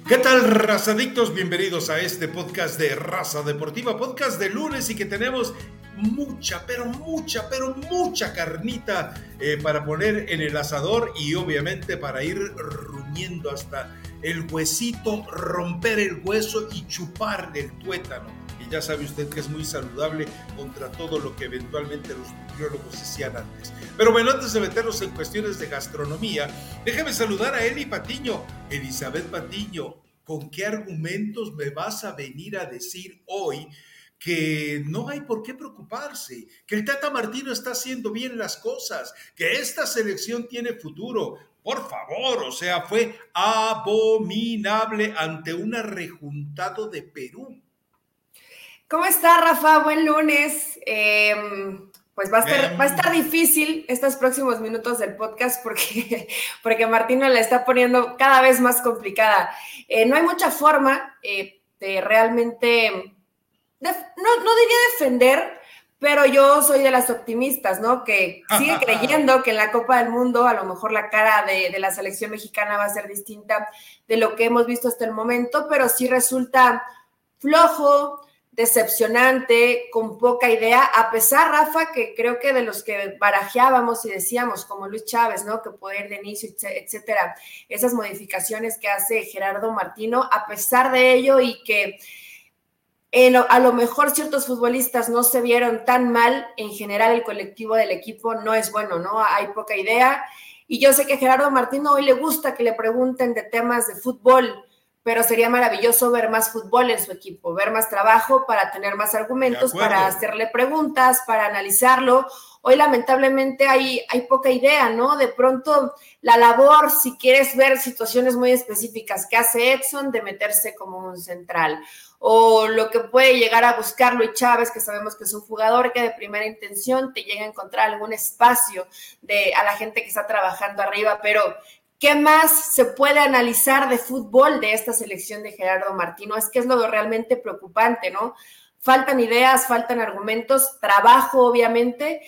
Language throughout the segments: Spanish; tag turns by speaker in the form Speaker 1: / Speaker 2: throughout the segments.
Speaker 1: ¿Qué tal, razadictos? Bienvenidos a este podcast de Raza Deportiva, podcast de lunes y que tenemos mucha carnita para poner en el asador y obviamente para ir rumiendo hasta el huesito, romper el hueso y chupar el tuétano. Y ya sabe usted que es muy saludable contra todo lo que eventualmente los nutriólogos decían antes. Pero bueno, antes de meternos en cuestiones de gastronomía, déjeme saludar a Eli Patiño. Elizabeth Patiño, ¿con qué argumentos me vas a venir a decir hoy que no hay por qué preocuparse, que el Tata Martino está haciendo bien las cosas, que esta selección tiene futuro? Por favor, o sea, fue abominable ante un arrejuntado de Perú.
Speaker 2: ¿Cómo está, Rafa? Buen lunes. Pues va a estar difícil estos próximos minutos del podcast porque Martino la está poniendo cada vez más complicada. No hay mucha forma de realmente, no diría defender, pero yo soy de las optimistas, ¿no? Que sigue creyendo que en la Copa del Mundo a lo mejor la cara de la selección mexicana va a ser distinta de lo que hemos visto hasta el momento, pero sí resulta flojo, decepcionante, con poca idea, a pesar, Rafa, que creo que de los que barajeábamos y decíamos, como Luis Chávez, ¿no? Que puede ir de inicio, etcétera, esas modificaciones que hace Gerardo Martino, a pesar de ello y que a lo mejor ciertos futbolistas no se vieron tan mal, en general el colectivo del equipo no es bueno, ¿no? Hay poca idea, y yo sé que a Gerardo Martino hoy le gusta que le pregunten de temas de fútbol, pero sería maravilloso ver más fútbol en su equipo, ver más trabajo para tener más argumentos, para hacerle preguntas, para analizarlo. Hoy lamentablemente hay poca idea, ¿no? De pronto la labor, si quieres ver situaciones muy específicas que hace Edson, de meterse como un central, o lo que puede llegar a buscar Luis Chávez, que sabemos que es un jugador que de primera intención te llega a encontrar algún espacio a la gente que está trabajando arriba, pero ¿qué más se puede analizar de fútbol de esta selección de Gerardo Martino? Es que es lo realmente preocupante, ¿no? Faltan ideas, faltan argumentos, trabajo obviamente,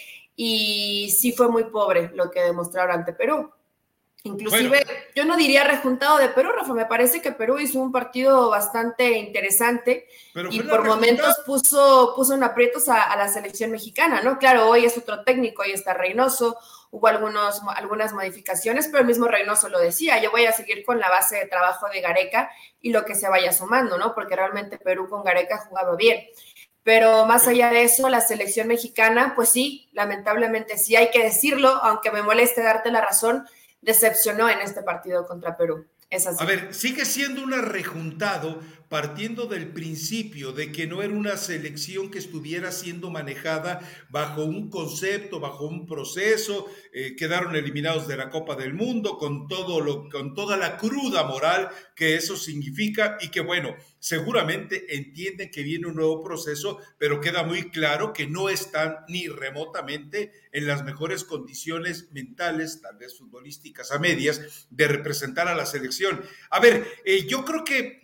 Speaker 2: y sí fue muy pobre lo que demostraron ante Perú. Inclusive, yo no diría rejuntado de Perú, Rafa, me parece que Perú hizo un partido bastante interesante y por momentos puso en aprietos a la selección mexicana, ¿no? Claro, hoy es otro técnico, hoy está Reynoso, hubo algunas modificaciones, pero el mismo Reynoso lo decía, yo voy a seguir con la base de trabajo de Gareca y lo que se vaya sumando, ¿no? Porque realmente Perú con Gareca ha jugado bien. Pero más allá de eso, la selección mexicana, pues sí, lamentablemente sí hay que decirlo, aunque me moleste darte la razón, decepcionó en este partido contra Perú. Es así.
Speaker 1: A ver, sigue siendo un arrejuntado partiendo del principio de que no era una selección que estuviera siendo manejada bajo un concepto, bajo un proceso, quedaron eliminados de la Copa del Mundo con toda la cruda moral que eso significa y que bueno, seguramente entienden que viene un nuevo proceso, pero queda muy claro que no están ni remotamente en las mejores condiciones mentales, tal vez futbolísticas a medias, de representar a la selección. A ver, yo creo que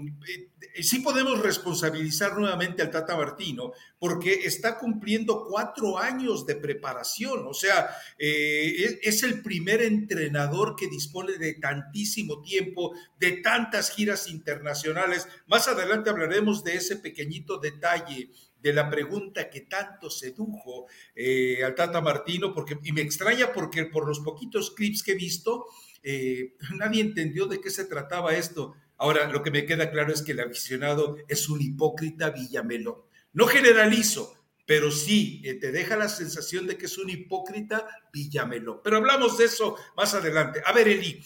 Speaker 1: sí podemos responsabilizar nuevamente al Tata Martino porque está cumpliendo 4 años de preparación, o sea, es el primer entrenador que dispone de tantísimo tiempo, de tantas giras internacionales. Más adelante hablaremos de ese pequeñito detalle de la pregunta que tanto sedujo al Tata Martino, y me extraña porque por los poquitos clips que he visto, nadie entendió de qué se trataba esto. Ahora, lo que me queda claro es que el aficionado es un hipócrita villamelón. No generalizo, pero sí te deja la sensación de que es un hipócrita villamelón. Pero hablamos de eso más adelante. A ver, Eli,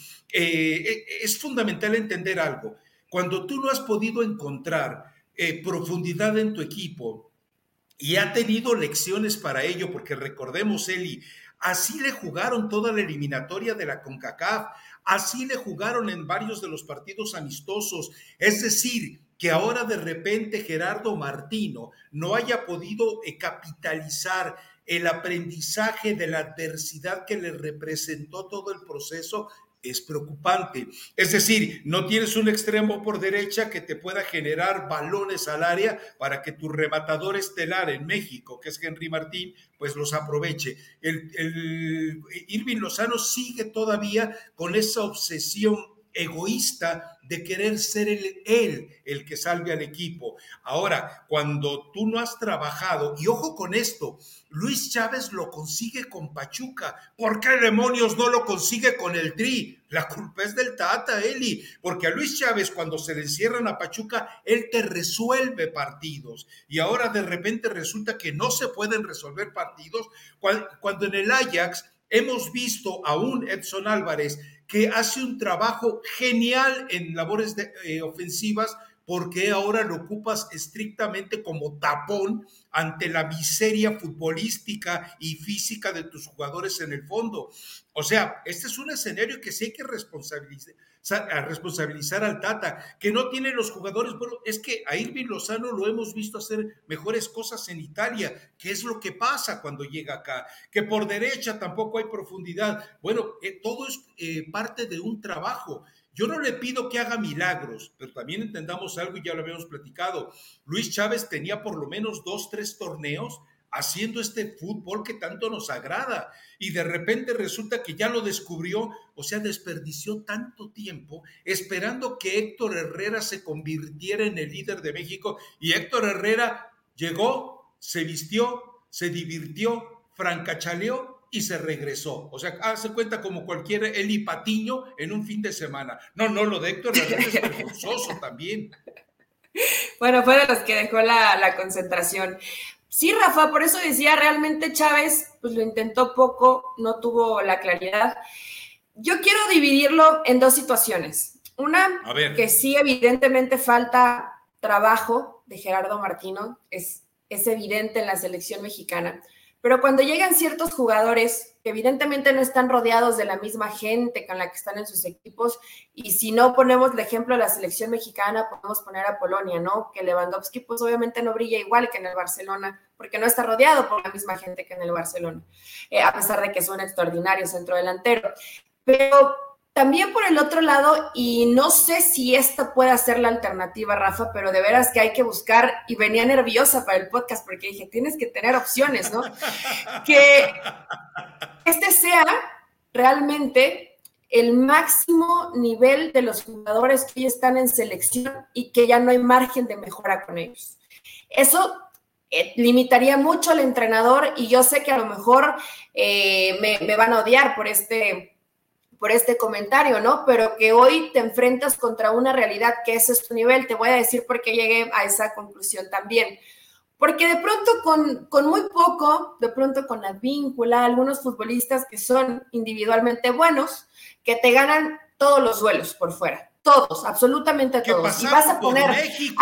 Speaker 1: es fundamental entender algo. Cuando tú no has podido encontrar profundidad en tu equipo y ha tenido lecciones para ello, porque recordemos, Eli, así le jugaron toda la eliminatoria de la CONCACAF, así le jugaron en varios de los partidos amistosos, es decir, que ahora de repente Gerardo Martino no haya podido capitalizar el aprendizaje de la adversidad que le representó todo el proceso, es preocupante. Es decir, no tienes un extremo por derecha que te pueda generar balones al área para que tu rematador estelar en México, que es Henry Martín, pues los aproveche. El Irving Lozano sigue todavía con esa obsesión egoísta de querer ser él el que salve al equipo. Ahora, cuando tú no has trabajado, y ojo con esto, Luis Chávez lo consigue con Pachuca. ¿Por qué demonios no lo consigue con el Tri? La culpa es del Tata, Eli, porque a Luis Chávez cuando se le encierran a Pachuca, él te resuelve partidos. Y ahora de repente resulta que no se pueden resolver partidos cuando en el Ajax hemos visto a un Edson Álvarez que hace un trabajo genial en labores ofensivas, porque ahora lo ocupas estrictamente como tapón ante la miseria futbolística y física de tus jugadores en el fondo. O sea, este es un escenario que sí hay que responsabilizar al Tata, que no tiene los jugadores. Bueno, es que a Irving Lozano lo hemos visto hacer mejores cosas en Italia. ¿Qué es lo que pasa cuando llega acá? Que por derecha tampoco hay profundidad. Bueno, todo es parte de un trabajo. Yo no le pido que haga milagros, pero también entendamos algo y ya lo habíamos platicado. Luis Chávez tenía por lo menos 2, 3 torneos haciendo este fútbol que tanto nos agrada y de repente resulta que ya lo descubrió, o sea, desperdició tanto tiempo esperando que Héctor Herrera se convirtiera en el líder de México y Héctor Herrera llegó, se vistió, se divirtió, francachaleó y se regresó. O sea, hace cuenta como cualquier Eli Patiño en un fin de semana. No, lo de Héctor Herrera es vergonzoso también.
Speaker 2: Bueno, fue de los que dejó la concentración. Sí, Rafa, por eso decía, realmente Chávez pues lo intentó poco, no tuvo la claridad. Yo quiero dividirlo en dos situaciones. Una, que sí evidentemente falta trabajo de Gerardo Martino, es evidente en la selección mexicana, pero cuando llegan ciertos jugadores que evidentemente no están rodeados de la misma gente con la que están en sus equipos, y si no ponemos el ejemplo de la selección mexicana, podemos poner a Polonia, ¿no? Que Lewandowski pues obviamente no brilla igual que en el Barcelona, porque no está rodeado por la misma gente que en el Barcelona, a pesar de que es un extraordinario centrodelantero. Pero también por el otro lado, y no sé si esta pueda ser la alternativa, Rafa, pero de veras que hay que buscar, y venía nerviosa para el podcast porque dije, tienes que tener opciones, ¿no? Que este sea realmente el máximo nivel de los jugadores que hoy están en selección y que ya no hay margen de mejora con ellos. Eso limitaría mucho al entrenador y yo sé que a lo mejor me van a odiar por este comentario, ¿no? Pero que hoy te enfrentas contra una realidad que ese es tu nivel. Te voy a decir por qué llegué a esa conclusión también. Porque de pronto con muy poco, de pronto con la víncula, algunos futbolistas que son individualmente buenos, que te ganan todos los duelos por fuera. Todos, absolutamente todos. Y vas a poner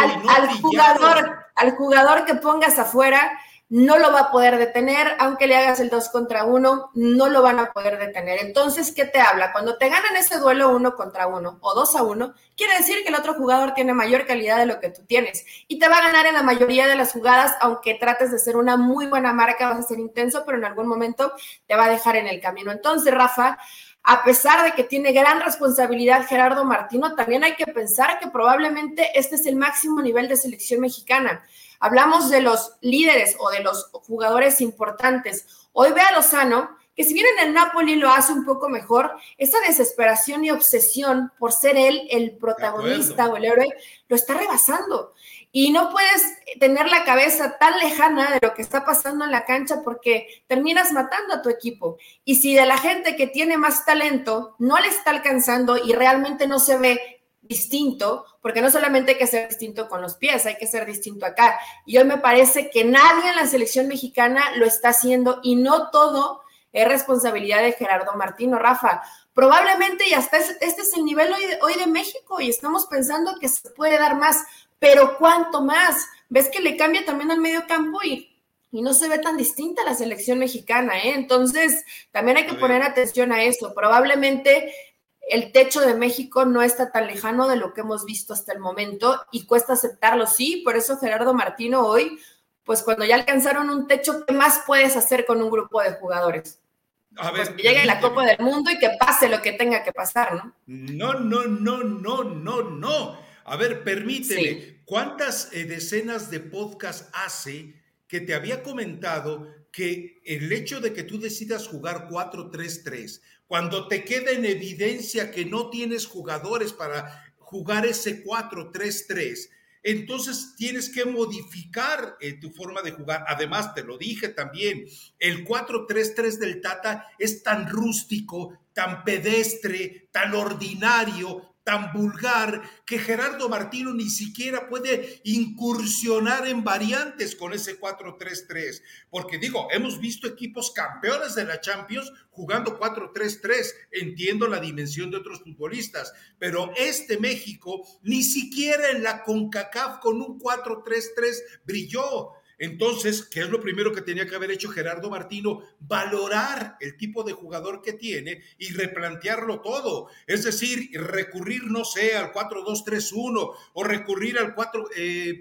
Speaker 2: al jugador que pongas afuera, no lo va a poder detener, aunque le hagas el 2 contra 1, no lo van a poder detener. Entonces, ¿qué te habla? Cuando te ganan ese duelo 1 contra 1 o 2 a 1, quiere decir que el otro jugador tiene mayor calidad de lo que tú tienes y te va a ganar en la mayoría de las jugadas, aunque trates de ser una muy buena marca, vas a ser intenso, pero en algún momento te va a dejar en el camino. Entonces, Rafa, a pesar de que tiene gran responsabilidad Gerardo Martino, también hay que pensar que probablemente este es el máximo nivel de selección mexicana. Hablamos de los líderes o de los jugadores importantes. Hoy ve a Lozano, que si bien en el Napoli lo hace un poco mejor, esa desesperación y obsesión por ser él el protagonista o el héroe, lo está rebasando. Y no puedes tener la cabeza tan lejana de lo que está pasando en la cancha porque terminas matando a tu equipo. Y si de la gente que tiene más talento no le está alcanzando y realmente no se ve distinto, porque no solamente hay que ser distinto con los pies, hay que ser distinto acá. Y hoy me parece que nadie en la selección mexicana lo está haciendo y no todo es responsabilidad de Gerardo Martino, Rafa. Probablemente y hasta este es el nivel hoy de México y estamos pensando que se puede dar más, pero ¿cuánto más? ¿Ves que le cambia también al medio campo y no se ve tan distinta la selección mexicana, ¿eh? Entonces, también hay que poner atención a eso. Probablemente el techo de México no está tan lejano de lo que hemos visto hasta el momento y cuesta aceptarlo, sí, por eso Gerardo Martino hoy, pues cuando ya alcanzaron un techo, ¿qué más puedes hacer con un grupo de jugadores? A ver, pues que llegue la Copa del Mundo y que pase lo que tenga que pasar, ¿no?
Speaker 1: No. A ver, permíteme, sí. ¿Cuántas decenas de podcasts hace que te había comentado que el hecho de que tú decidas jugar 4-3-3, cuando te queda en evidencia que no tienes jugadores para jugar ese 4-3-3, entonces tienes que modificar tu forma de jugar. Además, te lo dije también, el 4-3-3 del Tata es tan rústico, tan pedestre, tan ordinario, tan vulgar, que Gerardo Martino ni siquiera puede incursionar en variantes con ese 4-3-3, porque digo, hemos visto equipos campeones de la Champions jugando 4-3-3, entiendo la dimensión de otros futbolistas, pero este México ni siquiera en la CONCACAF con un 4-3-3 brilló. Entonces, ¿qué es lo primero que tenía que haber hecho Gerardo Martino? Valorar el tipo de jugador que tiene y replantearlo todo. Es decir, recurrir, no sé, al 4-2-3-1 o recurrir al 4...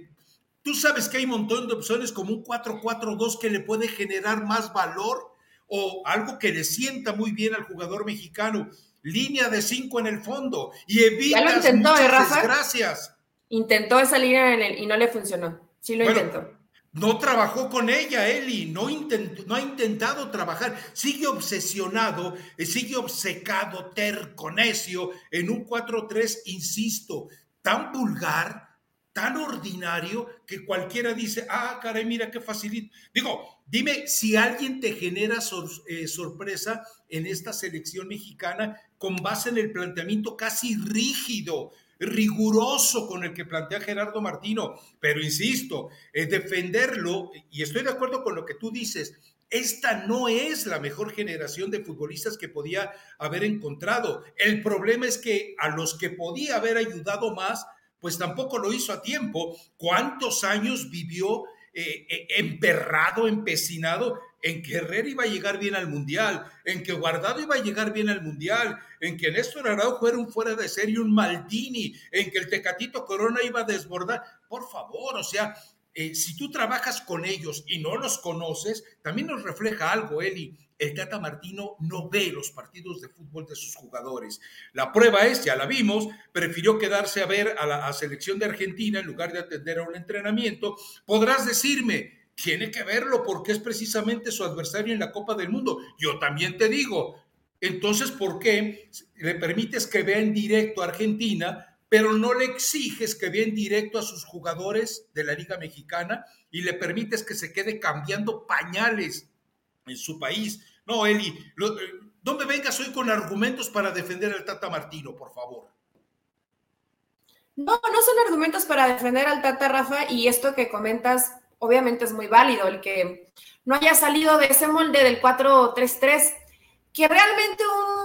Speaker 1: tú sabes que hay un montón de opciones como un 4-4-2 que le puede generar más valor o algo que le sienta muy bien al jugador mexicano. Línea de 5 en el fondo y evitas
Speaker 2: ya lo intentó,
Speaker 1: muchas
Speaker 2: Rafa,
Speaker 1: desgracias.
Speaker 2: Intentó esa línea y no le funcionó. Sí lo intentó.
Speaker 1: No trabajó con ella, Eli, no ha intentado trabajar, sigue obsesionado, sigue obcecado, terco, necio, en un 4-3, insisto, tan vulgar, tan ordinario, que cualquiera dice, caray, mira qué facilito. Digo, dime si alguien te genera sorpresa en esta selección mexicana con base en el planteamiento casi rígido, riguroso con el que plantea Gerardo Martino, pero insisto, defenderlo, y estoy de acuerdo con lo que tú dices, esta no es la mejor generación de futbolistas que podía haber encontrado. El problema es que a los que podía haber ayudado más, pues tampoco lo hizo a tiempo. ¿Cuántos años vivió emperrado, empecinado en que Herrera iba a llegar bien al Mundial, en que Guardado iba a llegar bien al Mundial, en que Néstor Araujo era un fuera de serie, un Maldini, en que el Tecatito Corona iba a desbordar? Por favor, o sea, si tú trabajas con ellos y no los conoces, también nos refleja algo, Eli. El Tata Martino no ve los partidos de fútbol de sus jugadores. La prueba es, ya la vimos, prefirió quedarse a ver a la selección de Argentina en lugar de atender a un entrenamiento. Podrás decirme, tiene que verlo porque es precisamente su adversario en la Copa del Mundo. Yo también te digo, entonces, ¿por qué le permites que vea en directo a Argentina, pero no le exiges que vea en directo a sus jugadores de la Liga Mexicana y le permites que se quede cambiando pañales en su país? No, Eli, no me vengas hoy con argumentos para defender al Tata Martino, por favor.
Speaker 2: No son argumentos para defender al Tata, Rafa, y esto que comentas obviamente es muy válido, el que no haya salido de ese molde del 4-3-3, que realmente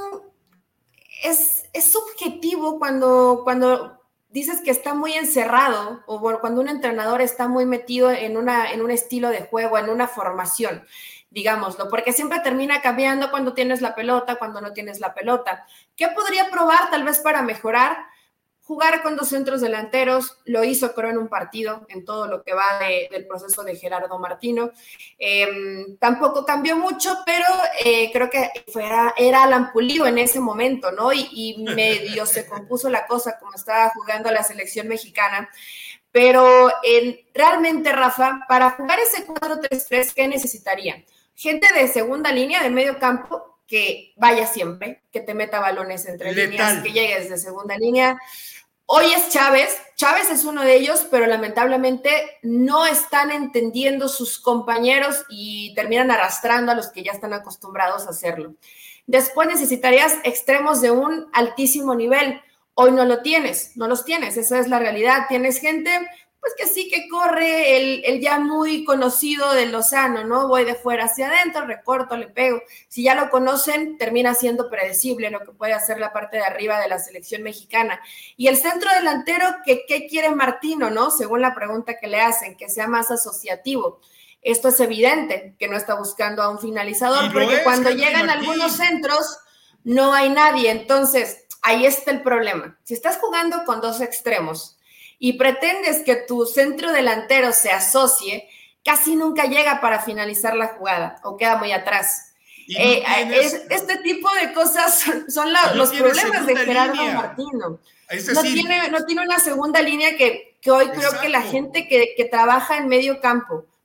Speaker 2: es subjetivo cuando dices que está muy encerrado o bueno, cuando un entrenador está muy metido en un estilo de juego, en una formación, digámoslo, porque siempre termina cambiando cuando tienes la pelota, cuando no tienes la pelota. ¿Qué podría probar tal vez para mejorar? Jugar con dos centros delanteros, lo hizo creo en un partido, en todo lo que va del proceso de Gerardo Martino. Tampoco cambió mucho, pero creo que era Alan Pulido en ese momento, ¿no? Y medio se compuso la cosa como estaba jugando la selección mexicana. Pero realmente, Rafa, para jugar ese 4-3-3, ¿qué necesitaría? Gente de segunda línea, de medio campo, que vaya siempre, que te meta balones entre líneas, que llegue desde segunda línea. Hoy es Chávez es uno de ellos, pero lamentablemente no están entendiendo sus compañeros y terminan arrastrando a los que ya están acostumbrados a hacerlo. Después necesitarías extremos de un altísimo nivel. Hoy no los tienes, esa es la realidad. Tienes gente pues que sí que corre el ya muy conocido de Lozano, ¿no? Voy de fuera hacia adentro, recorto, le pego. Si ya lo conocen, termina siendo predecible lo que puede hacer la parte de arriba de la selección mexicana. Y el centro delantero, ¿qué quiere Martino, no? Según la pregunta que le hacen, que sea más asociativo. Esto es evidente, que no está buscando a un finalizador, porque cuando llegan algunos centros, no hay nadie. Entonces, ahí está el problema. Si estás jugando con dos extremos, y pretendes que tu centro delantero se asocie, casi nunca llega para finalizar la jugada o queda muy atrás. Este tipo de cosas son los problemas de Gerardo Martino. Es decir, no tiene una segunda línea que hoy creo que la gente que trabaja en medio campo,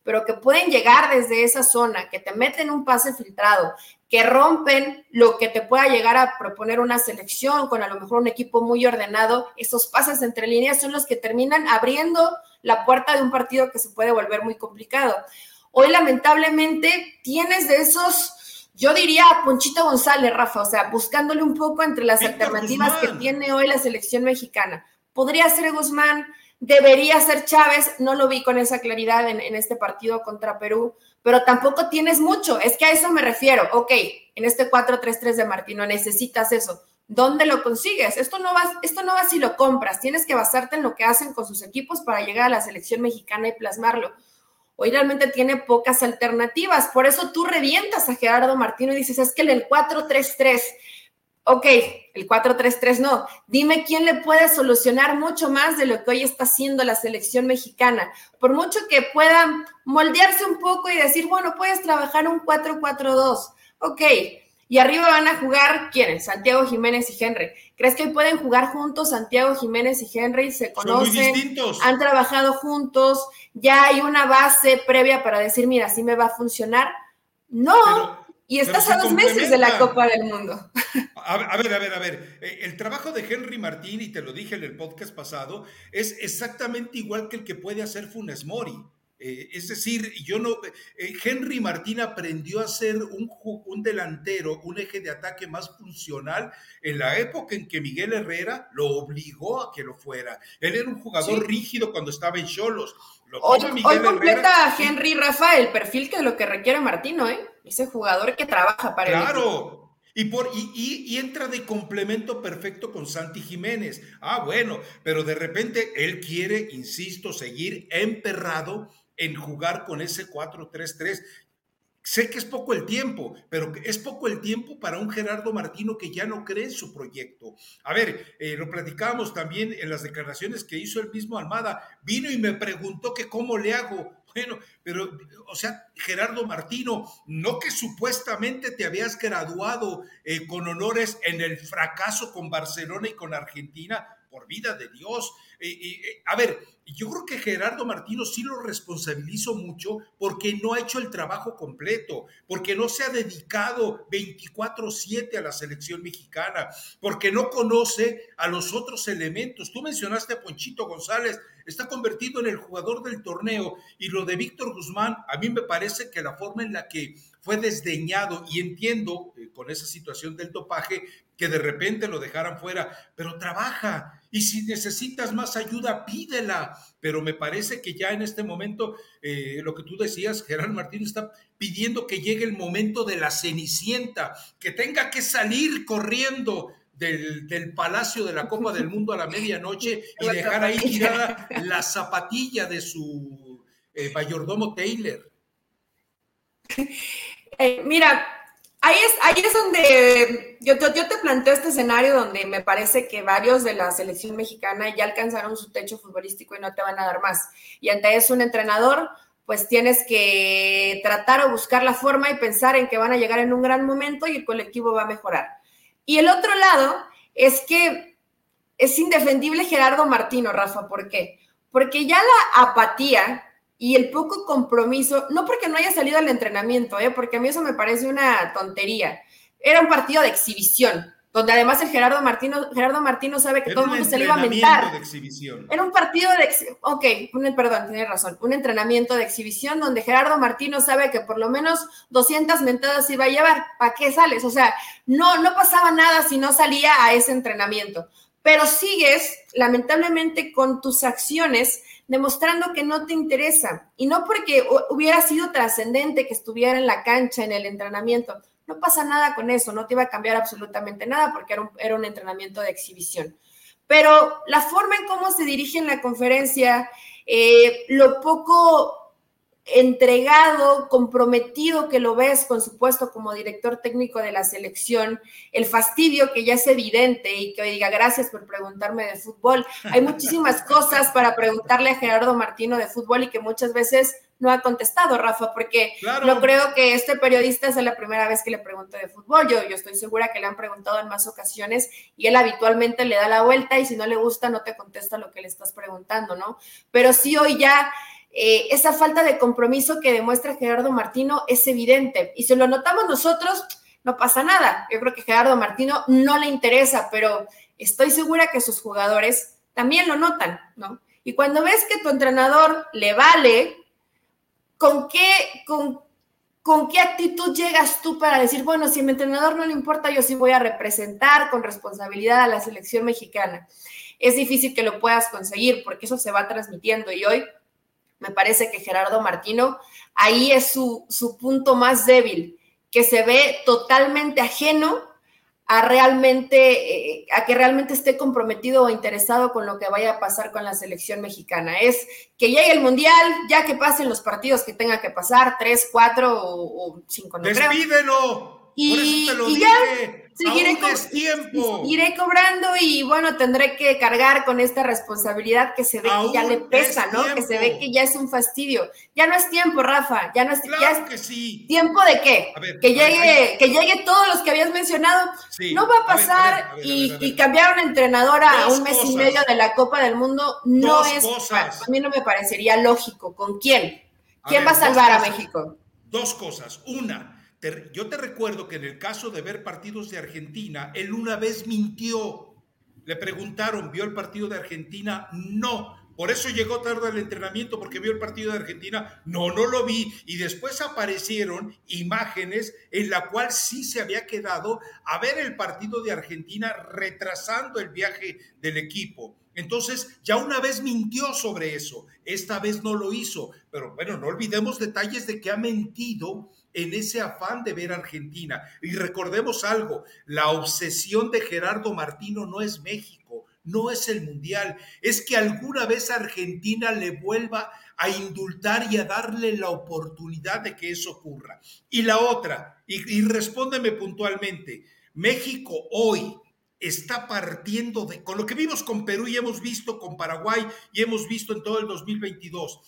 Speaker 2: pero que pueden llegar desde esa zona, que te meten un pase filtrado, que rompen lo que te pueda llegar a proponer una selección con a lo mejor un equipo muy ordenado, esos pases entre líneas son los que terminan abriendo la puerta de un partido que se puede volver muy complicado. Hoy, lamentablemente, tienes de esos, yo diría a Ponchito González, Rafa, o sea, buscándole un poco entre las alternativas que tiene hoy la selección mexicana. Podría ser Guzmán, debería ser Chávez, no lo vi con esa claridad en este partido contra Perú, pero tampoco tienes mucho, es que a eso me refiero. Ok, en este 4-3-3 de Martino necesitas eso. ¿Dónde lo consigues? Esto no va si lo compras, tienes que basarte en lo que hacen con sus equipos para llegar a la selección mexicana y plasmarlo. Hoy realmente tiene pocas alternativas, por eso tú revientas a Gerardo Martino y dices, es que el 4-3-3, ok, el 4-3-3 no, dime quién le puede solucionar mucho más de lo que hoy está haciendo la selección mexicana, por mucho que puedan moldearse un poco y decir, bueno, puedes trabajar un 4-4-2, ok, y arriba van a jugar, ¿quiénes? Santiago Jiménez y Henry. ¿Crees que hoy pueden jugar juntos Santiago Jiménez y Henry? Se conocen,
Speaker 1: son muy distintos,
Speaker 2: han trabajado juntos, ya hay una base previa para decir, mira, sí me va a funcionar. No, y estás a 2 meses de la Copa del Mundo.
Speaker 1: A ver. El trabajo de Henry Martín, y te lo dije en el podcast pasado, es exactamente igual que el que puede hacer Funes Mori. Es decir, Henry Martín aprendió a ser un delantero, un eje de ataque más funcional en la época en que Miguel Herrera lo obligó a que lo fuera. Él era un jugador rígido cuando estaba en Xolos.
Speaker 2: Hoy completa Henry, Rafa, el perfil que es lo que requiere Martino, ese jugador que trabaja para el equipo.
Speaker 1: Y entra de complemento perfecto con Santi Jiménez. Bueno, pero de repente él quiere, insisto, seguir emperrado en jugar con ese 4-3-3. Sé que es poco el tiempo, pero es poco el tiempo para un Gerardo Martino que ya no cree en su proyecto. A ver, lo platicábamos también en las declaraciones que hizo el mismo Almada. Vino y me preguntó que cómo le hago. Bueno, pero, o sea, Gerardo Martino, no que supuestamente te habías graduado con honores en el fracaso con Barcelona y con Argentina, por vida de Dios. A ver, yo creo que Gerardo Martino sí lo responsabilizo mucho porque no ha hecho el trabajo completo, porque no se ha dedicado 24/7 a la selección mexicana, porque no conoce a los otros elementos. Tú mencionaste a Ponchito González, está convertido en el jugador del torneo, y lo de Víctor Guzmán, a mí me parece que la forma en la que fue desdeñado, y entiendo con esa situación del dopaje, que de repente lo dejaran fuera, pero trabaja, y si necesitas más ayuda, pídela. Pero me parece que ya en este momento, lo que tú decías, Gerardo Martín está pidiendo que llegue el momento de la Cenicienta, que tenga que salir corriendo del Palacio de la Copa del Mundo a la medianoche y dejar ahí tirada la zapatilla de su mayordomo Taylor.
Speaker 2: Mira, ahí es donde yo te planteo este escenario donde me parece que varios de la selección mexicana ya alcanzaron su techo futbolístico y no te van a dar más. Y ante eso un entrenador, pues tienes que tratar o buscar la forma y pensar en que van a llegar en un gran momento y el colectivo va a mejorar. Y el otro lado es que es indefendible Gerardo Martino, Rafa. ¿Por qué? Porque ya la apatía y el poco compromiso, no porque no haya salido al entrenamiento, porque a mí eso me parece una tontería. Era un partido de exhibición, donde además el Gerardo Martino sabe que todo el mundo se le iba a mentar.
Speaker 1: De exhibición.
Speaker 2: Era un partido de exhibición. Ok, perdón, tienes razón. Un entrenamiento de exhibición donde Gerardo Martino sabe que por lo menos 200 mentadas iba a llevar. ¿Para qué sales? O sea, no pasaba nada si no salía a ese entrenamiento. Pero sigues, lamentablemente, con tus acciones demostrando que no te interesa. Y no porque hubiera sido trascendente que estuviera en la cancha, en el entrenamiento. No pasa nada con eso, no te iba a cambiar absolutamente nada porque era un entrenamiento de exhibición. Pero la forma en cómo se dirige en la conferencia, lo poco entregado, comprometido que lo ves, con su puesto como director técnico de la selección, el fastidio que ya es evidente y que hoy diga gracias por preguntarme de fútbol. Hay muchísimas cosas para preguntarle a Gerardo Martino de fútbol y que muchas veces no ha contestado, Rafa, porque no creo que este periodista sea la primera vez que le pregunto de fútbol. Yo estoy segura que le han preguntado en más ocasiones y él habitualmente le da la vuelta y si no le gusta no te contesta lo que le estás preguntando, ¿no? Pero sí hoy ya esa falta de compromiso que demuestra Gerardo Martino es evidente. Y si lo notamos nosotros, no pasa nada. Yo creo que a Gerardo Martino no le interesa, pero estoy segura que sus jugadores también lo notan, ¿no? Y cuando ves que tu entrenador le vale, ¿con qué actitud llegas tú para decir, bueno, si a mi entrenador no le importa, yo sí voy a representar con responsabilidad a la selección mexicana? Es difícil que lo puedas conseguir porque eso se va transmitiendo y hoy me parece que Gerardo Martino, ahí es su punto más débil, que se ve totalmente ajeno a que realmente esté comprometido o interesado con lo que vaya a pasar con la selección mexicana. Es que llegue el Mundial, ya que pasen los partidos que tenga que pasar, 3, 4 o 5, no creo.
Speaker 1: ¡Despídelo! Por eso te lo dije.
Speaker 2: Seguiré cobrando y bueno, tendré que cargar con esta responsabilidad que se ve que ya le pesa, ¿no? Que se ve que ya es un fastidio. Ya no es tiempo, Rafa. Ya no es
Speaker 1: claro
Speaker 2: ya es,
Speaker 1: que sí.
Speaker 2: ¿Tiempo de qué? Que llegue todos los que habías mencionado. Sí. No va a pasar y cambiar una entrenadora a un mes y medio de la Copa del Mundo no es. A mí no me parecería lógico. ¿Con quién? ¿Quién va a salvar a México?
Speaker 1: Dos cosas. Una. Yo te recuerdo que en el caso de ver partidos de Argentina, él una vez mintió. Le preguntaron, ¿vio el partido de Argentina? No. Por eso llegó tarde al entrenamiento, porque vio el partido de Argentina. No lo vi. Y después aparecieron imágenes en la cual sí se había quedado a ver el partido de Argentina retrasando el viaje del equipo. Entonces, ya una vez mintió sobre eso. Esta vez no lo hizo. Pero bueno, no olvidemos detalles de que ha mentido en ese afán de ver a Argentina. Y recordemos algo, la obsesión de Gerardo Martino no es México, no es el Mundial, es que alguna vez Argentina le vuelva a indultar y a darle la oportunidad de que eso ocurra. Y la otra, y respóndeme puntualmente, México hoy está partiendo con lo que vimos con Perú y hemos visto con Paraguay y hemos visto en todo el 2022,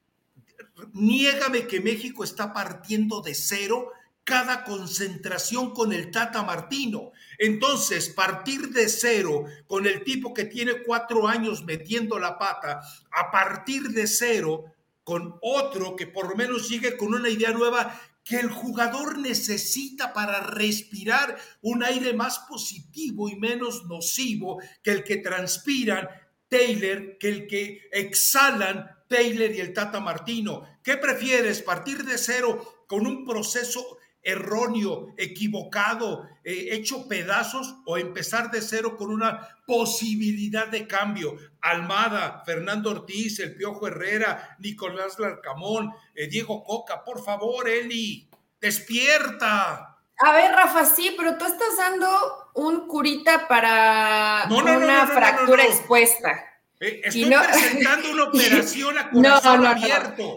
Speaker 1: niégame que México está partiendo de cero cada concentración con el Tata Martino. Entonces, partir de cero con el tipo que tiene 4 años metiendo la pata, a partir de cero con otro que por lo menos llegue con una idea nueva que el jugador necesita para respirar un aire más positivo y menos nocivo que el que transpiran Taylor, que el que exhalan Taylor y el Tata Martino. ¿Qué prefieres? ¿Partir de cero con un proceso erróneo, equivocado, hecho pedazos, o empezar de cero con una posibilidad de cambio? Almada, Fernando Ortiz, el Piojo Herrera, Nicolás Larcamón, Diego Coca, por favor, Eli, despierta.
Speaker 2: A ver, Rafa, sí, pero tú estás dando un curita para una fractura expuesta.
Speaker 1: Estoy presentando una operación a corazón abierto.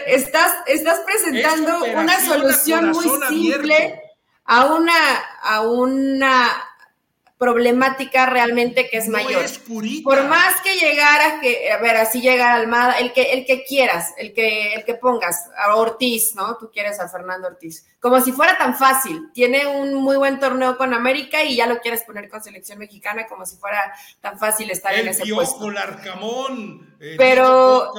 Speaker 2: Estás presentando una solución muy simple a una problemática realmente que es mayor. Es curita. Por más que llegara, así llegara Almada, el que quieras, el que pongas, a Ortiz, ¿no? Tú quieres a Fernando Ortiz. Como si fuera tan fácil. Tiene un muy buen torneo con América y ya lo quieres poner con selección mexicana, como si fuera tan fácil estar en ese puesto.
Speaker 1: El Piojo, Larcamón,
Speaker 2: pero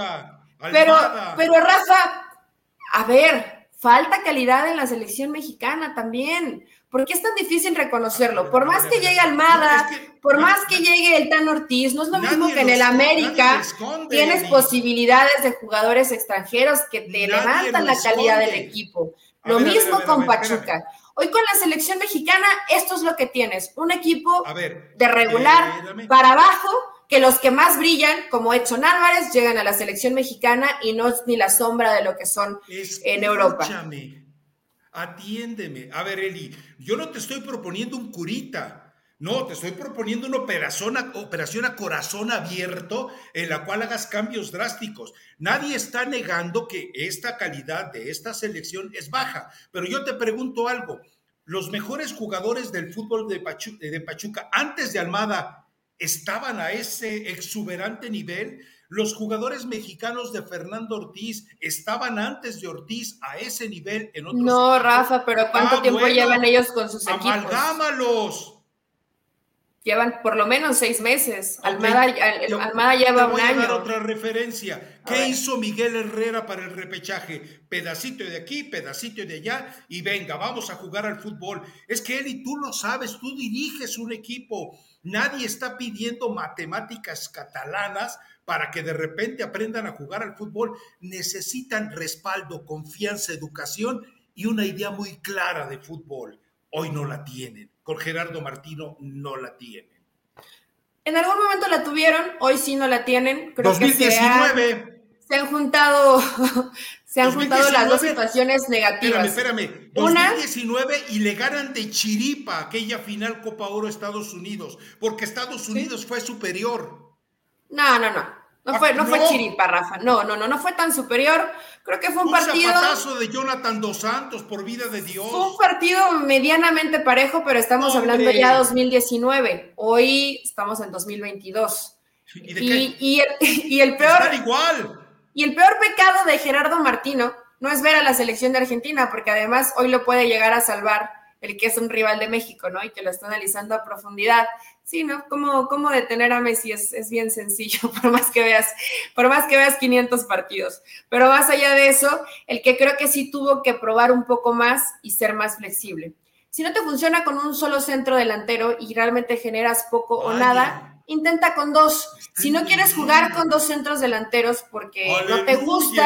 Speaker 2: Rafa, a ver, falta calidad en la selección mexicana también. ¿Por qué es tan difícil reconocerlo? Por más que llegue Almada, por más que llegue el Tan Ortiz, no es lo mismo que en el América tienes posibilidades de jugadores extranjeros que te levantan la calidad del equipo. Lo mismo con Pachuca. Hoy con la selección mexicana, esto es lo que tienes. Un equipo de regular para abajo, que los que más brillan, como Edson Álvarez, llegan a la selección mexicana y no es ni la sombra de lo que son en Europa.
Speaker 1: Atiéndeme. A ver, Eli, yo no te estoy proponiendo un curita. No, te estoy proponiendo una operación a corazón abierto en la cual hagas cambios drásticos. Nadie está negando que esta calidad de esta selección es baja, pero yo te pregunto algo. Los mejores jugadores del fútbol de Pachuca antes de Almada estaban a ese exuberante nivel. Los jugadores mexicanos de Fernando Ortiz estaban antes de Ortiz a ese nivel en otros
Speaker 2: equipos. Rafa, pero ¿cuánto tiempo llevan ellos con sus equipos?
Speaker 1: Amalgámalos.
Speaker 2: Llevan por lo menos 6 meses.
Speaker 1: Okay.
Speaker 2: Almada lleva un año.
Speaker 1: Te voy a dar otra referencia. ¿Qué hizo Miguel Herrera para el repechaje? Pedacito de aquí, pedacito de allá, y venga, vamos a jugar al fútbol. Es que Eli, tú lo sabes, tú diriges un equipo. Nadie está pidiendo matemáticas catalanas para que de repente aprendan a jugar al fútbol. Necesitan respaldo, confianza, educación y una idea muy clara de fútbol. Hoy no la tienen. Con Gerardo Martino no la tienen.
Speaker 2: En algún momento la tuvieron, hoy sí no la tienen.
Speaker 1: Creo 2019.
Speaker 2: Que se han juntado las dos situaciones negativas.
Speaker 1: Espérame. 2019 y le ganan de chiripa aquella final Copa Oro a Estados Unidos, porque Estados Unidos fue superior.
Speaker 2: No fue chiripa, Rafa. No fue tan superior. Creo que fue un partido.
Speaker 1: Un zapatazo de Jonathan Dos Santos, por vida de Dios.
Speaker 2: Fue un partido medianamente parejo, pero estamos hablando ya de 2019. Hoy estamos en 2022.
Speaker 1: ¿Y de qué?
Speaker 2: Y el peor.
Speaker 1: Están igual.
Speaker 2: Y el peor pecado de Gerardo Martino no es ver a la selección de Argentina, porque además hoy lo puede llegar a salvar el que es un rival de México, ¿no? Y que lo está analizando a profundidad. Sí, ¿no? Cómo detener a Messi es bien sencillo, por más que veas 500 partidos. Pero más allá de eso, el que creo que sí tuvo que probar un poco más y ser más flexible. Si no te funciona con un solo centro delantero y realmente generas poco o nada, intenta con 2. Si no quieres jugar con 2 centros delanteros porque no te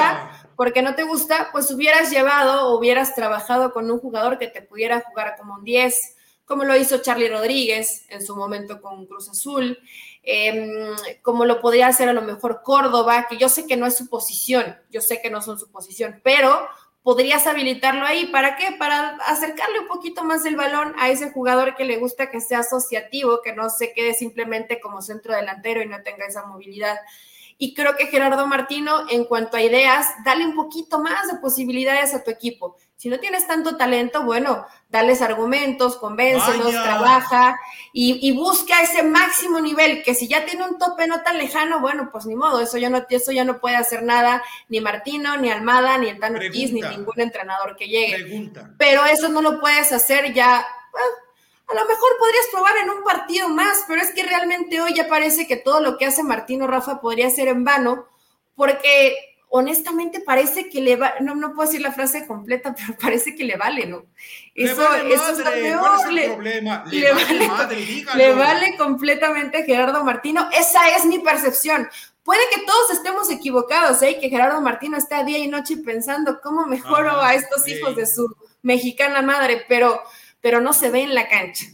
Speaker 2: gusta, pues hubieras llevado o hubieras trabajado con un jugador que te pudiera jugar como un 10, como lo hizo Charly Rodríguez en su momento con Cruz Azul, como lo podría hacer a lo mejor Córdoba, que yo sé que no es su posición, yo sé que no son su posición, pero podrías habilitarlo ahí. ¿Para qué? Para acercarle un poquito más el balón a ese jugador que le gusta que sea asociativo, que no se quede simplemente como centro delantero y no tenga esa movilidad. Y creo que Gerardo Martino, en cuanto a ideas, dale un poquito más de posibilidades a tu equipo. Si no tienes tanto talento, bueno, dales argumentos, convéncelos, trabaja y busca ese máximo nivel, que si ya tiene un tope no tan lejano, bueno, pues ni modo, eso ya no puede hacer nada, ni Martino, ni Almada, ni el Tano Ortiz, ni ningún entrenador que llegue. Pero eso no lo puedes hacer ya. A lo mejor podrías probar en un partido más, pero es que realmente hoy ya parece que todo lo que hace Martino, Rafa, podría ser en vano, porque honestamente parece que le va, no puedo decir la frase completa, pero parece que le vale, ¿no? Eso es lo peor.
Speaker 1: ¿Cuál es el problema?
Speaker 2: Le vale completamente a Gerardo Martino. Esa es mi percepción. Puede que todos estemos equivocados, ¿eh? Que Gerardo Martino está día y noche pensando cómo mejoro a estos hijos de su mexicana madre, pero no se ve en la cancha,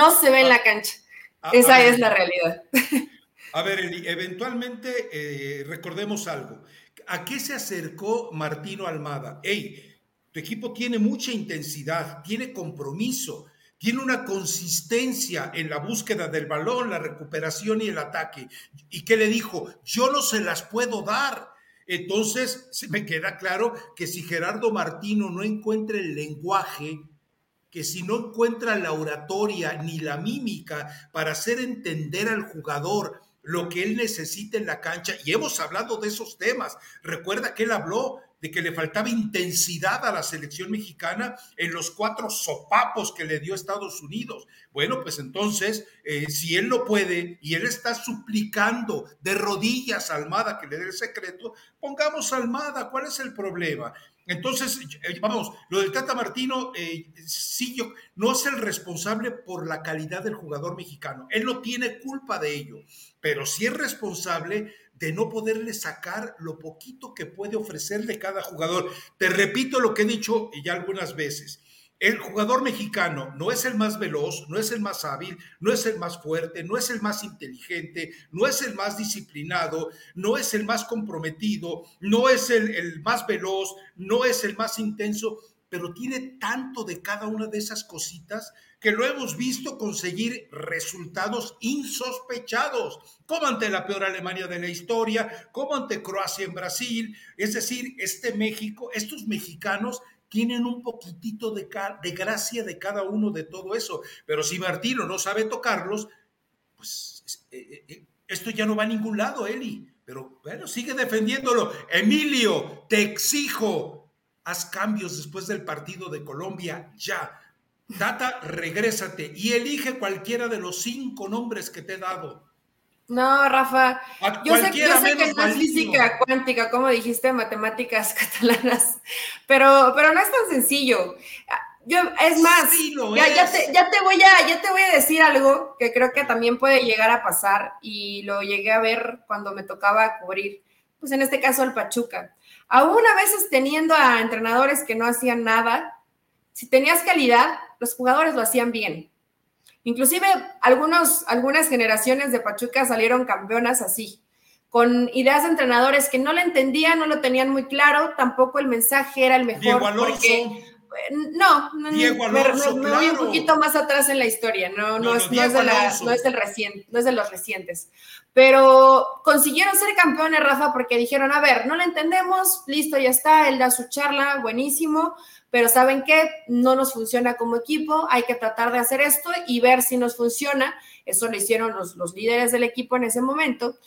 Speaker 2: Esa es la realidad.
Speaker 1: A ver, Eli, eventualmente recordemos algo. ¿A qué se acercó Martino Almada? Tu equipo tiene mucha intensidad, tiene compromiso, tiene una consistencia en la búsqueda del balón, la recuperación y el ataque. ¿Y qué le dijo? Yo no se las puedo dar. Entonces, se me queda claro que si Gerardo Martino no encuentra el lenguaje, que si no encuentra la oratoria ni la mímica para hacer entender al jugador lo que él necesita en la cancha, y hemos hablado de esos temas, recuerda que él habló de que le faltaba intensidad a la selección mexicana en los 4 sopapos que le dio Estados Unidos. Bueno, pues entonces, si él no puede y él está suplicando de rodillas a Almada que le dé el secreto, pongamos a Almada, ¿cuál es el problema? Entonces, vamos, lo del Tata Martino, sí, no es el responsable por la calidad del jugador mexicano. Él no tiene culpa de ello, pero sí es responsable de no poderle sacar lo poquito que puede ofrecerle cada jugador. Te repito lo que he dicho ya algunas veces. El jugador mexicano no es el más veloz, no es el más hábil, no es el más fuerte, no es el más inteligente, no es el más disciplinado, no es el más comprometido, no es el más veloz, no es el más intenso, pero tiene tanto de cada una de esas cositas que lo hemos visto conseguir resultados insospechados, como ante la peor Alemania de la historia, como ante Croacia en Brasil. Es decir, México, estos mexicanos tienen un poquitito de gracia de cada uno de todo eso, pero si Martino no sabe tocarlos, pues esto ya no va a ningún lado, Eli. Pero bueno, sigue defendiéndolo. Emilio, te exijo, haz cambios después del partido de Colombia, ya. Tata, regrésate y elige cualquiera de los 5 nombres que te he dado.
Speaker 2: No, Rafa,
Speaker 1: A
Speaker 2: yo sé
Speaker 1: cualquiera
Speaker 2: que
Speaker 1: menos
Speaker 2: no es
Speaker 1: maligno.
Speaker 2: física cuántica, como dijiste, matemáticas catalanas, pero no es tan sencillo. Es más,
Speaker 1: Sí lo es.
Speaker 2: ya te voy a decir algo que creo que también puede llegar a pasar y lo llegué a ver cuando me tocaba cubrir, pues en este caso el Pachuca. Aún a veces teniendo a entrenadores que no hacían nada, si tenías calidad, los jugadores lo hacían bien. Inclusive algunas generaciones de Pachuca salieron campeonas así, con ideas de entrenadores que no lo entendían, no lo tenían muy claro, tampoco el mensaje era el
Speaker 1: Diego
Speaker 2: mejor, porque
Speaker 1: Alonso.
Speaker 2: no,
Speaker 1: Diego Alonso,
Speaker 2: me voy un poquito
Speaker 1: claro.
Speaker 2: más atrás en la historia,
Speaker 1: Diego Alonso.
Speaker 2: no es de los recientes, pero consiguieron ser campeones, Rafa, porque dijeron, a ver, no lo entendemos, listo, ya está, él da su charla, buenísimo, pero ¿saben qué? No nos funciona como equipo, hay que tratar de hacer esto y ver si nos funciona. Eso lo hicieron los líderes del equipo en ese momento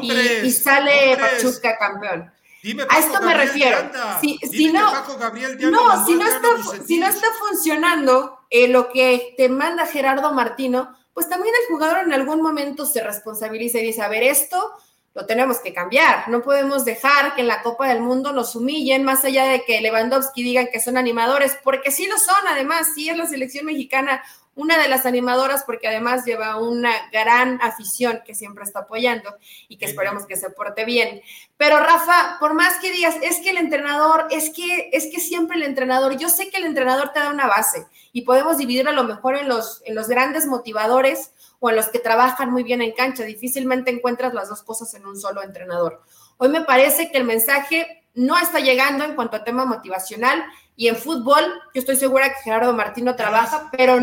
Speaker 2: y
Speaker 1: Nombres,
Speaker 2: sale
Speaker 1: nombres.
Speaker 2: Pachuca campeón.
Speaker 1: Dime
Speaker 2: A
Speaker 1: Paco
Speaker 2: esto me
Speaker 1: Gabriel de
Speaker 2: refiero.
Speaker 1: Anda.
Speaker 2: Si
Speaker 1: Dime
Speaker 2: no,
Speaker 1: que Paco Gabriel de
Speaker 2: no,
Speaker 1: Anda mandó a Adriano
Speaker 2: si no está
Speaker 1: Bucetich.
Speaker 2: funcionando lo que te manda Gerardo Martino, pues también el jugador en algún momento se responsabiliza y dice, a ver, esto lo tenemos que cambiar. No podemos dejar que en la Copa del Mundo nos humillen, más allá de que Lewandowski digan que son animadores, porque sí lo son, además, sí es la selección mexicana una de las animadoras, porque además lleva una gran afición que siempre está apoyando y que esperamos que se porte bien. Pero Rafa, por más que digas, es que el entrenador, es que siempre el entrenador, yo sé que el entrenador te da una base y podemos dividir a lo mejor en los grandes motivadores o en los que trabajan muy bien en cancha. Difícilmente encuentras las dos cosas en un solo entrenador. Hoy me parece que el mensaje no está llegando en cuanto a tema motivacional y en fútbol, yo estoy segura que Gerardo Martino trabaja, pero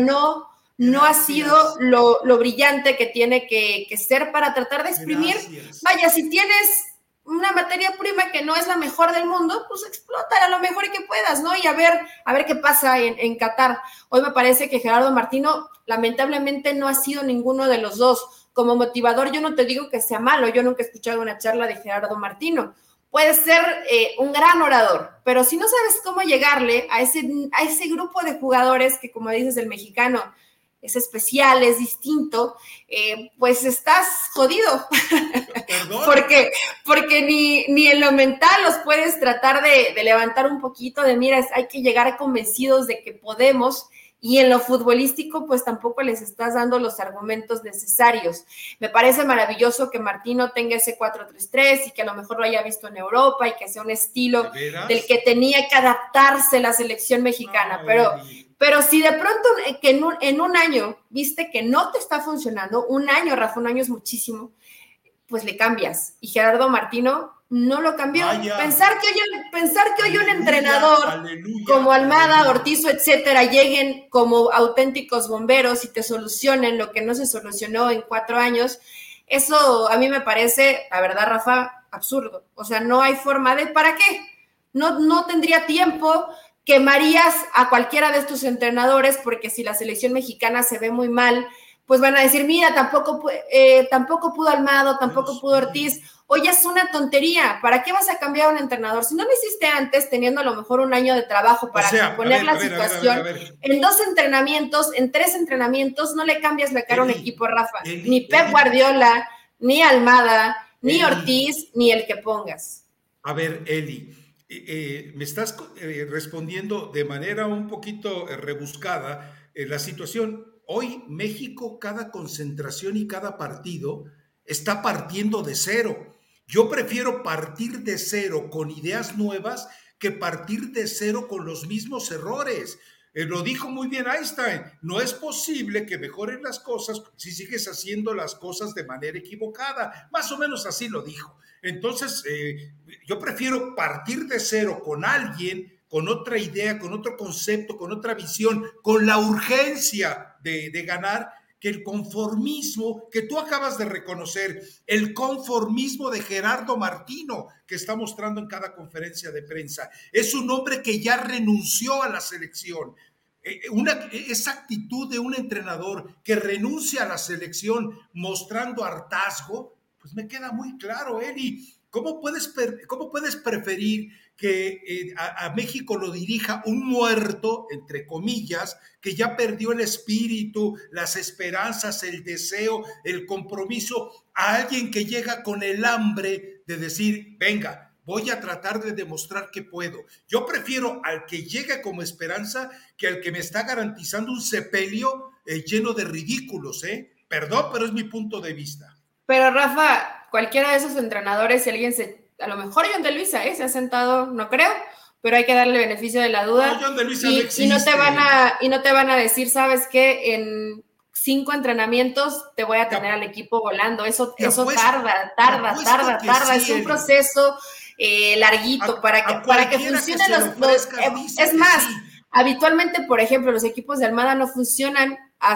Speaker 2: no ha sido lo brillante que tiene que ser para tratar de exprimir. Vaya, si tienes una materia prima que no es la mejor del mundo, pues explótala lo mejor que puedas, ¿no? Y a ver qué pasa en Qatar. Hoy me parece que Gerardo Martino lamentablemente no ha sido ninguno de los dos. Como motivador, yo no te digo que sea malo, yo nunca he escuchado una charla de Gerardo Martino. Puede ser un gran orador, pero si no sabes cómo llegarle a ese grupo de jugadores que, como dices, el mexicano es especial, es distinto, pues estás jodido.
Speaker 1: Perdón.
Speaker 2: porque ni en lo mental los puedes tratar de levantar un poquito, de mira, hay que llegar convencidos de que podemos, y en lo futbolístico pues tampoco les estás dando los argumentos necesarios. Me parece maravilloso que Martino tenga ese 4-3-3 y que a lo mejor lo haya visto en Europa y que sea un estilo del que tenía que adaptarse la selección mexicana, pero si de pronto que en un año viste que no te está funcionando, un año, Rafa, un año es muchísimo, pues le cambias. Y Gerardo Martino no lo cambió. Pensar que hoy un entrenador como Almada, Ortiz, etcétera, lleguen como auténticos bomberos y te solucionen lo que no se solucionó en 4 años, eso a mí me parece, la verdad, Rafa, absurdo. O sea, no hay forma de, ¿para qué? No tendría tiempo, quemarías a cualquiera de estos entrenadores, porque si la selección mexicana se ve muy mal, pues van a decir, mira, tampoco pudo Almada, tampoco pudo Ortiz. Oye, es una tontería. ¿Para qué vas a cambiar a un entrenador? Si no lo hiciste antes, teniendo a lo mejor un año de trabajo para poner la situación, en 2 entrenamientos, en 3 entrenamientos, no le cambias la cara a un equipo, Rafa. Ni Pep Guardiola, ni Almada, ni Ortiz, ni el que pongas.
Speaker 1: A ver, Eli, me estás respondiendo de manera un poquito rebuscada la situación. Hoy México, cada concentración y cada partido está partiendo de cero. Yo prefiero partir de cero con ideas nuevas que partir de cero con los mismos errores. Lo dijo muy bien Einstein, no es posible que mejoren las cosas si sigues haciendo las cosas de manera equivocada. Más o menos así lo dijo. Entonces, yo prefiero partir de cero con alguien, con otra idea, con otro concepto, con otra visión, con la urgencia de ganar, que el conformismo que tú acabas de reconocer, el conformismo de Gerardo Martino, que está mostrando en cada conferencia de prensa. Es un hombre que ya renunció a la selección. Esa actitud de un entrenador que renuncia a la selección mostrando hartazgo, pues me queda muy claro, Eli. ¿Cómo puedes preferir que a México lo dirija un muerto, entre comillas, que ya perdió el espíritu, las esperanzas, el deseo, el compromiso, a alguien que llega con el hambre de decir, venga, voy a tratar de demostrar que puedo. Yo prefiero al que llega como esperanza que al que me está garantizando un sepelio lleno de ridículos, Perdón, pero es mi punto de vista.
Speaker 2: Pero Rafa, cualquiera de esos entrenadores, si alguien a lo mejor John de Luisa, se ha sentado, no creo, pero hay que darle el beneficio de la duda.
Speaker 1: No, John de Luisa
Speaker 2: y,
Speaker 1: no existe.
Speaker 2: y no te van a decir, ¿sabes qué? En 5 entrenamientos te voy a tener al equipo volando. Eso tarda. Es un proceso larguito para que funcionen los es más, sí. Habitualmente, por ejemplo, los equipos de Almada no funcionan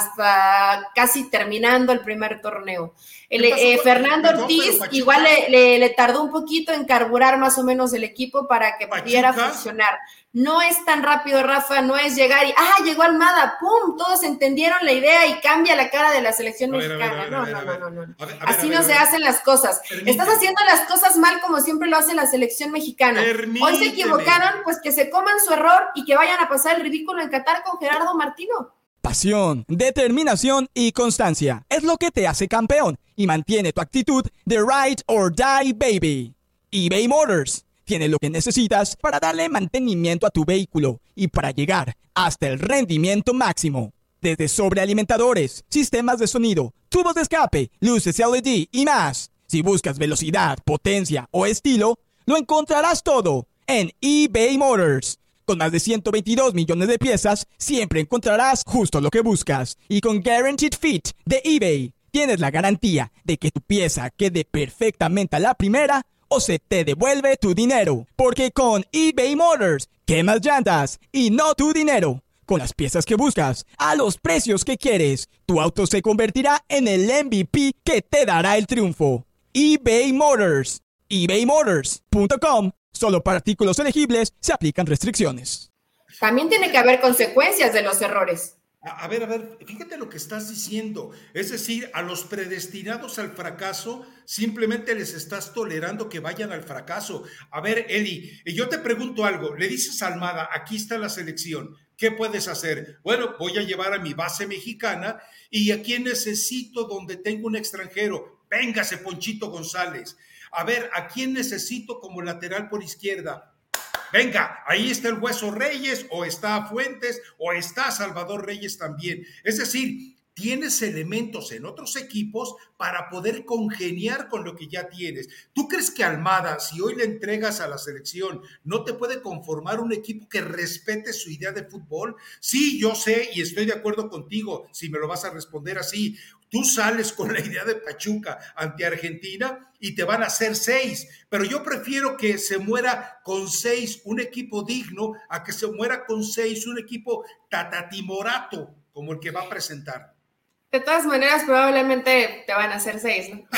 Speaker 2: hasta casi terminando el primer torneo. Fernando Ortiz igual le tardó un poquito en carburar más o menos el equipo para que pudiera funcionar. No es tan rápido, Rafa, no es llegar y llegó Almada, ¡pum! Todos entendieron la idea y cambia la cara de la selección mexicana. No. Así no se hacen las cosas. Estás haciendo las cosas mal como siempre lo hace la selección mexicana. Hoy se equivocaron, pues que se coman su error y que vayan a pasar el ridículo en Qatar con Gerardo Martino.
Speaker 3: Pasión, determinación y constancia es lo que te hace campeón y mantiene tu actitud de ride or die, baby. eBay Motors tiene lo que necesitas para darle mantenimiento a tu vehículo y para llegar hasta el rendimiento máximo. Desde sobrealimentadores, sistemas de sonido, tubos de escape, luces LED y más. Si buscas velocidad, potencia o estilo, lo encontrarás todo en eBay Motors. Con más de 122 millones de piezas, siempre encontrarás justo lo que buscas. Y con Guaranteed Fit de eBay, tienes la garantía de que tu pieza quede perfectamente a la primera o se te devuelve tu dinero. Porque con eBay Motors, quemas llantas y no tu dinero. Con las piezas que buscas, a los precios que quieres, tu auto se convertirá en el MVP que te dará el triunfo. eBay Motors. ebaymotors.com. Solo para artículos elegibles se aplican restricciones.
Speaker 2: También tiene que haber consecuencias de los errores.
Speaker 1: A ver, fíjate lo que estás diciendo. Es decir, a los predestinados al fracaso, simplemente les estás tolerando que vayan al fracaso. A ver, Eli, yo te pregunto algo. Le dices a Almada, aquí está la selección. ¿Qué puedes hacer? Bueno, voy a llevar a mi base mexicana y a quien necesito donde tengo un extranjero. Véngase, Ponchito González. A ver, ¿a quién necesito como lateral por izquierda? Venga, ahí está el Hueso Reyes, o está Fuentes, o está Salvador Reyes también. Es decir, tienes elementos en otros equipos para poder congeniar con lo que ya tienes. ¿Tú crees que Almada, si hoy le entregas a la selección, no te puede conformar un equipo que respete su idea de fútbol? Sí, yo sé y estoy de acuerdo contigo, si me lo vas a responder así. Tú sales con la idea de Pachuca ante Argentina y te van a hacer 6, pero yo prefiero que se muera con 6 un equipo digno a que se muera con 6 un equipo tatatimorato como el que va a presentar.
Speaker 2: De todas maneras, probablemente te van a hacer 6, ¿no?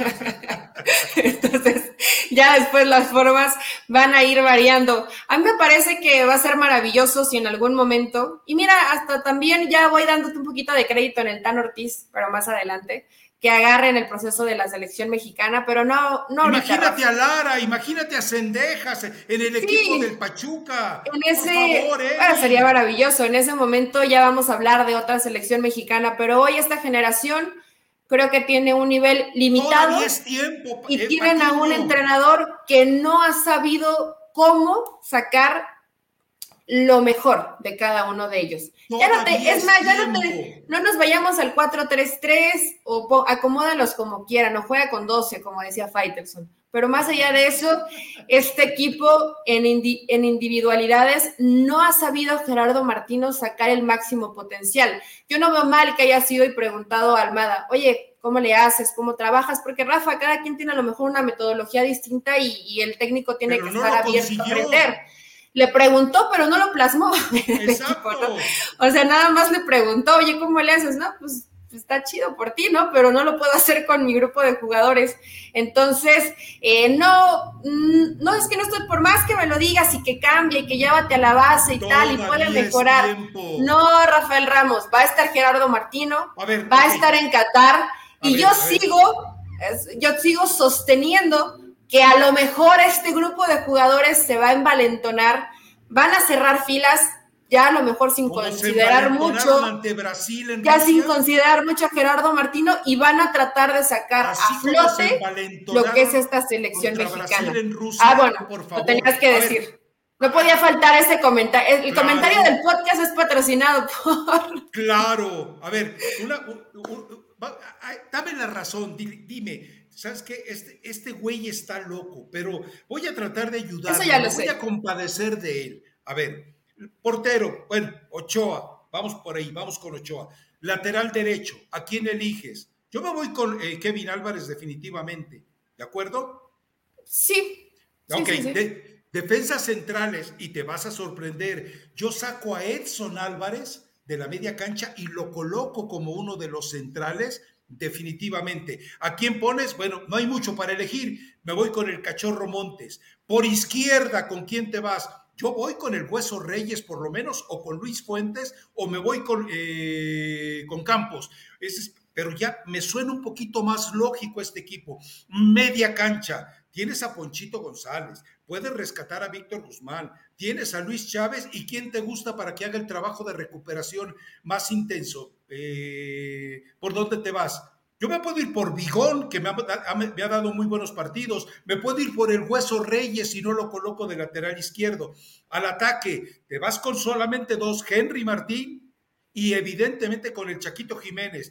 Speaker 2: Entonces, ya después las formas van a ir variando. A mí me parece que va a ser maravilloso si en algún momento, y mira, hasta también ya voy dándote un poquito de crédito en el Tan Ortiz, pero más adelante, que agarren el proceso de la selección mexicana, pero no
Speaker 1: imagínate
Speaker 2: ahorita,
Speaker 1: a Lara, imagínate a Cendejas en el equipo del Pachuca.
Speaker 2: Por favor, bueno, sería maravilloso. En ese momento ya vamos a hablar de otra selección mexicana, pero hoy esta generación creo que tiene un nivel limitado.
Speaker 1: Todavía es tiempo.
Speaker 2: Y tienen a un entrenador que no ha sabido cómo sacar lo mejor de cada uno de ellos. No nos vayamos al 4-3-3 o acomódalos como quieran, o juega con 12, como decía Faitelson. Pero más allá de eso, este equipo en individualidades no ha sabido Gerardo Martino sacar el máximo potencial. Yo no veo mal que haya sido y preguntado a Almada, oye, ¿cómo le haces? ¿Cómo trabajas? Porque Rafa, cada quien tiene a lo mejor una metodología distinta y el técnico tiene que estar abierto a aprender. Le preguntó, pero no lo plasmó.
Speaker 1: Exacto.
Speaker 2: Equipo, ¿no? O sea, nada más le preguntó, oye, ¿cómo le haces? No, pues está chido por ti, ¿no? Pero no lo puedo hacer con mi grupo de jugadores. Entonces, no, es que no estoy, por más que me lo digas y que cambie y que llévate a la base y tal, y puede mejorar. No, Rafael Ramos, va a estar Gerardo Martino, va a estar en Qatar, y yo sigo sosteniendo que a lo mejor este grupo de jugadores se va a envalentonar, van a cerrar filas, ya a lo mejor sin considerar mucho, ya sin considerar mucho a Gerardo Martino, y van a tratar de sacar a flote lo que es esta selección mexicana. Rusia, bueno, por favor, lo tenías que decir. No podía faltar ese comentario. El comentario del podcast es patrocinado por...
Speaker 1: Claro. A ver, dame la razón, dime. ¿Sabes qué? Este güey está loco, pero voy a tratar de ayudarlo.
Speaker 2: Eso ya lo sé.
Speaker 1: Voy a compadecer de él. A ver, portero, bueno, Ochoa, vamos por ahí, vamos con Ochoa. Lateral derecho, ¿a quién eliges? Yo me voy con Kevin Álvarez definitivamente, ¿de acuerdo?
Speaker 2: Sí.
Speaker 1: Ok,
Speaker 2: sí.
Speaker 1: Defensas centrales, y te vas a sorprender, yo saco a Edson Álvarez de la media cancha y lo coloco como uno de los centrales. Definitivamente. ¿A quién pones? Bueno, no hay mucho para elegir. Me voy con el Cachorro Montes. Por izquierda, ¿con quién te vas? Yo voy con el Hueso Reyes, por lo menos, o con Luis Fuentes, o me voy con Campos. Pero ya me suena un poquito más lógico este equipo. Media cancha. Tienes a Ponchito González, puedes rescatar a Víctor Guzmán, tienes a Luis Chávez, y ¿quién te gusta para que haga el trabajo de recuperación más intenso? ¿Por dónde te vas? Yo me puedo ir por Vigón, que me ha dado muy buenos partidos. Me puedo ir por el Hueso Reyes si no lo coloco de lateral izquierdo. Al ataque, te vas con solamente dos, Henry Martín y evidentemente con el Chaquito Jiménez.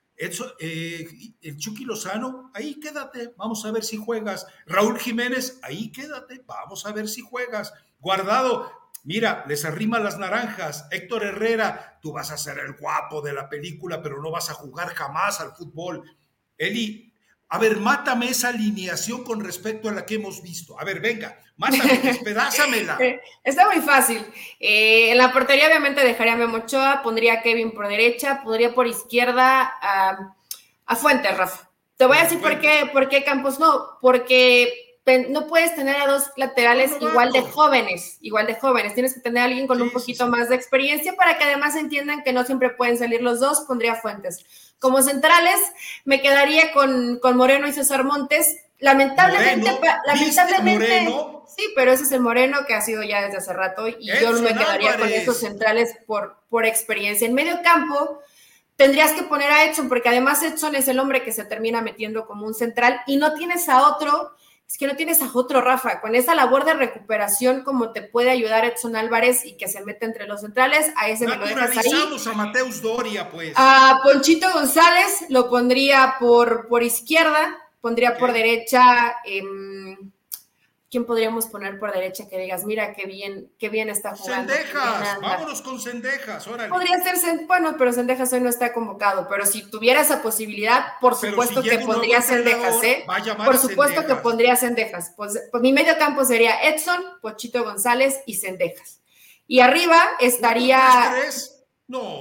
Speaker 1: El Chucky Lozano, ahí quédate, vamos a ver si juegas. Raúl Jiménez, ahí quédate, vamos a ver si juegas. Guardado, mira, les arrima las naranjas. Héctor Herrera, tú vas a ser el guapo de la película, pero no vas a jugar jamás al fútbol. Eli, a ver, mátame esa alineación con respecto a la que hemos visto. A ver, venga, mátame, despedázamela.
Speaker 2: Está muy fácil. En la portería obviamente dejaría a Memo Ochoa, pondría a Kevin por derecha, pondría por izquierda a Fuentes, Rafa. Te voy a decir por qué Campos no, porque no puedes tener a dos laterales igual de jóvenes. Tienes que tener a alguien con un poquito más de experiencia para que además entiendan que no siempre pueden salir los dos. Pondría Fuentes. Como centrales, me quedaría con Moreno y César Montes. Lamentablemente,
Speaker 1: Moreno.
Speaker 2: Sí, pero ese es el Moreno que ha sido ya desde hace rato, y Edson, yo me quedaría Álvarez con esos centrales por experiencia. En medio campo tendrías que poner a Edson, porque además Edson es el hombre que se termina metiendo como un central, y no tienes a otro. Es que no tienes a otro, Rafa, con esa labor de recuperación como te puede ayudar Edson Álvarez y que se mete entre los centrales. A ese me lo dejas ahí.
Speaker 1: A Mateus Doria, pues.
Speaker 2: A Ponchito González lo pondría por izquierda, pondría por derecha. ¿Quién podríamos poner por derecha que digas, mira qué bien está jugando?
Speaker 1: Cendejas, vámonos con Cendejas, órale.
Speaker 2: Podría ser, bueno, pero Cendejas hoy no está convocado, pero si tuviera esa posibilidad, por supuesto que pondría Cendejas, ¿eh? Por supuesto que pondría Cendejas. Pues mi medio campo sería Edson, Ponchito González y Cendejas. Y arriba estaría...
Speaker 1: No,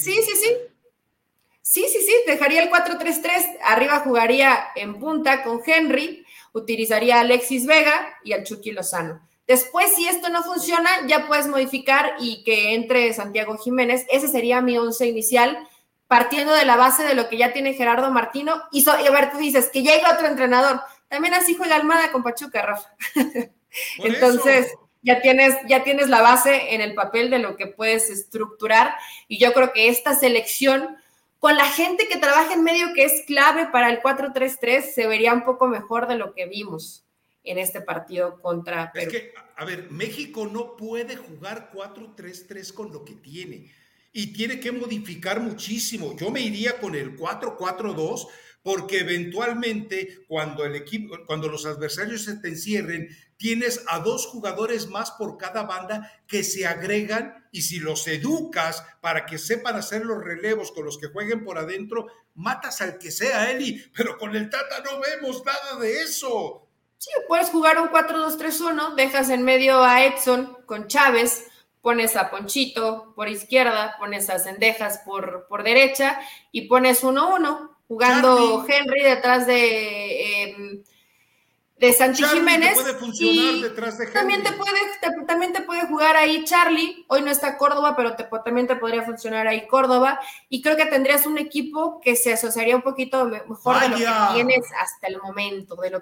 Speaker 2: Sí, dejaría el 4-3-3, arriba jugaría en punta con Henry, utilizaría a Alexis Vega y al Chucky Lozano. Después, si esto no funciona, ya puedes modificar y que entre Santiago Jiménez. Ese sería mi 11 inicial, partiendo de la base de lo que ya tiene Gerardo Martino. Y a ver, tú dices, que llegue otro entrenador. También así juega Almada con Pachuca, Rafa. Entonces, ya tienes la base en el papel de lo que puedes estructurar. Y yo creo que esta selección, con la gente que trabaja en medio, que es clave para el 4-3-3, se vería un poco mejor de lo que vimos en este partido contra Perú.
Speaker 1: Es que, a ver, México no puede jugar 4-3-3 con lo que tiene y tiene que modificar muchísimo. Yo me iría con el 4-4-2 porque eventualmente cuando los adversarios se te encierren, tienes a dos jugadores más por cada banda que se agregan, y si los educas para que sepan hacer los relevos con los que jueguen por adentro, matas al que sea, Eli, pero con el Tata no vemos nada de eso.
Speaker 2: Sí, puedes jugar un 4-2-3-1, dejas en medio a Edson con Chávez, pones a Ponchito por izquierda, pones a Cendejas por derecha y pones 1-1, jugando Henry detrás de de Santi
Speaker 1: Charlie
Speaker 2: Jiménez.
Speaker 1: Te puede funcionar detrás de
Speaker 2: también te puede jugar ahí Charlie. Hoy no está Córdoba, pero también te podría funcionar ahí Córdoba. Y creo que tendrías un equipo que se asociaría un poquito mejor de lo que tienes hasta el momento, Pero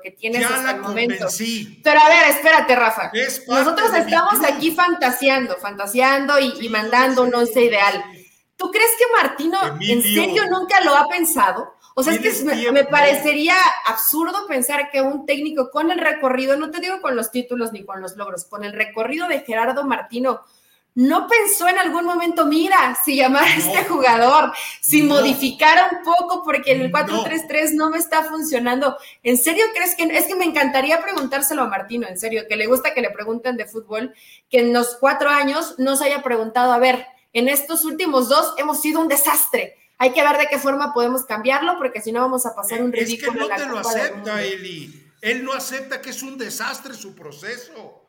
Speaker 2: a ver, espérate, Rafa. Nosotros estamos aquí fantaseando y mandando un once ideal. ¿Tú crees que Martino en serio nunca lo ha pensado? O sea, es que me parecería absurdo pensar que un técnico con el recorrido, no te digo con los títulos ni con los logros, con el recorrido de Gerardo Martino, no pensó en algún momento, mira, si llamar a este jugador, si modificara un poco porque el 4-3-3 no me está funcionando. ¿En serio crees que? Es que me encantaría preguntárselo a Martino, en serio, que le gusta que le pregunten de fútbol, que en los 4 años no se haya preguntado, a ver, en estos últimos 2 hemos sido un desastre. Hay que ver de qué forma podemos cambiarlo, porque si no vamos a pasar un ridículo.
Speaker 1: Es que no te lo acepta, Eli. Él no acepta que es un desastre su proceso.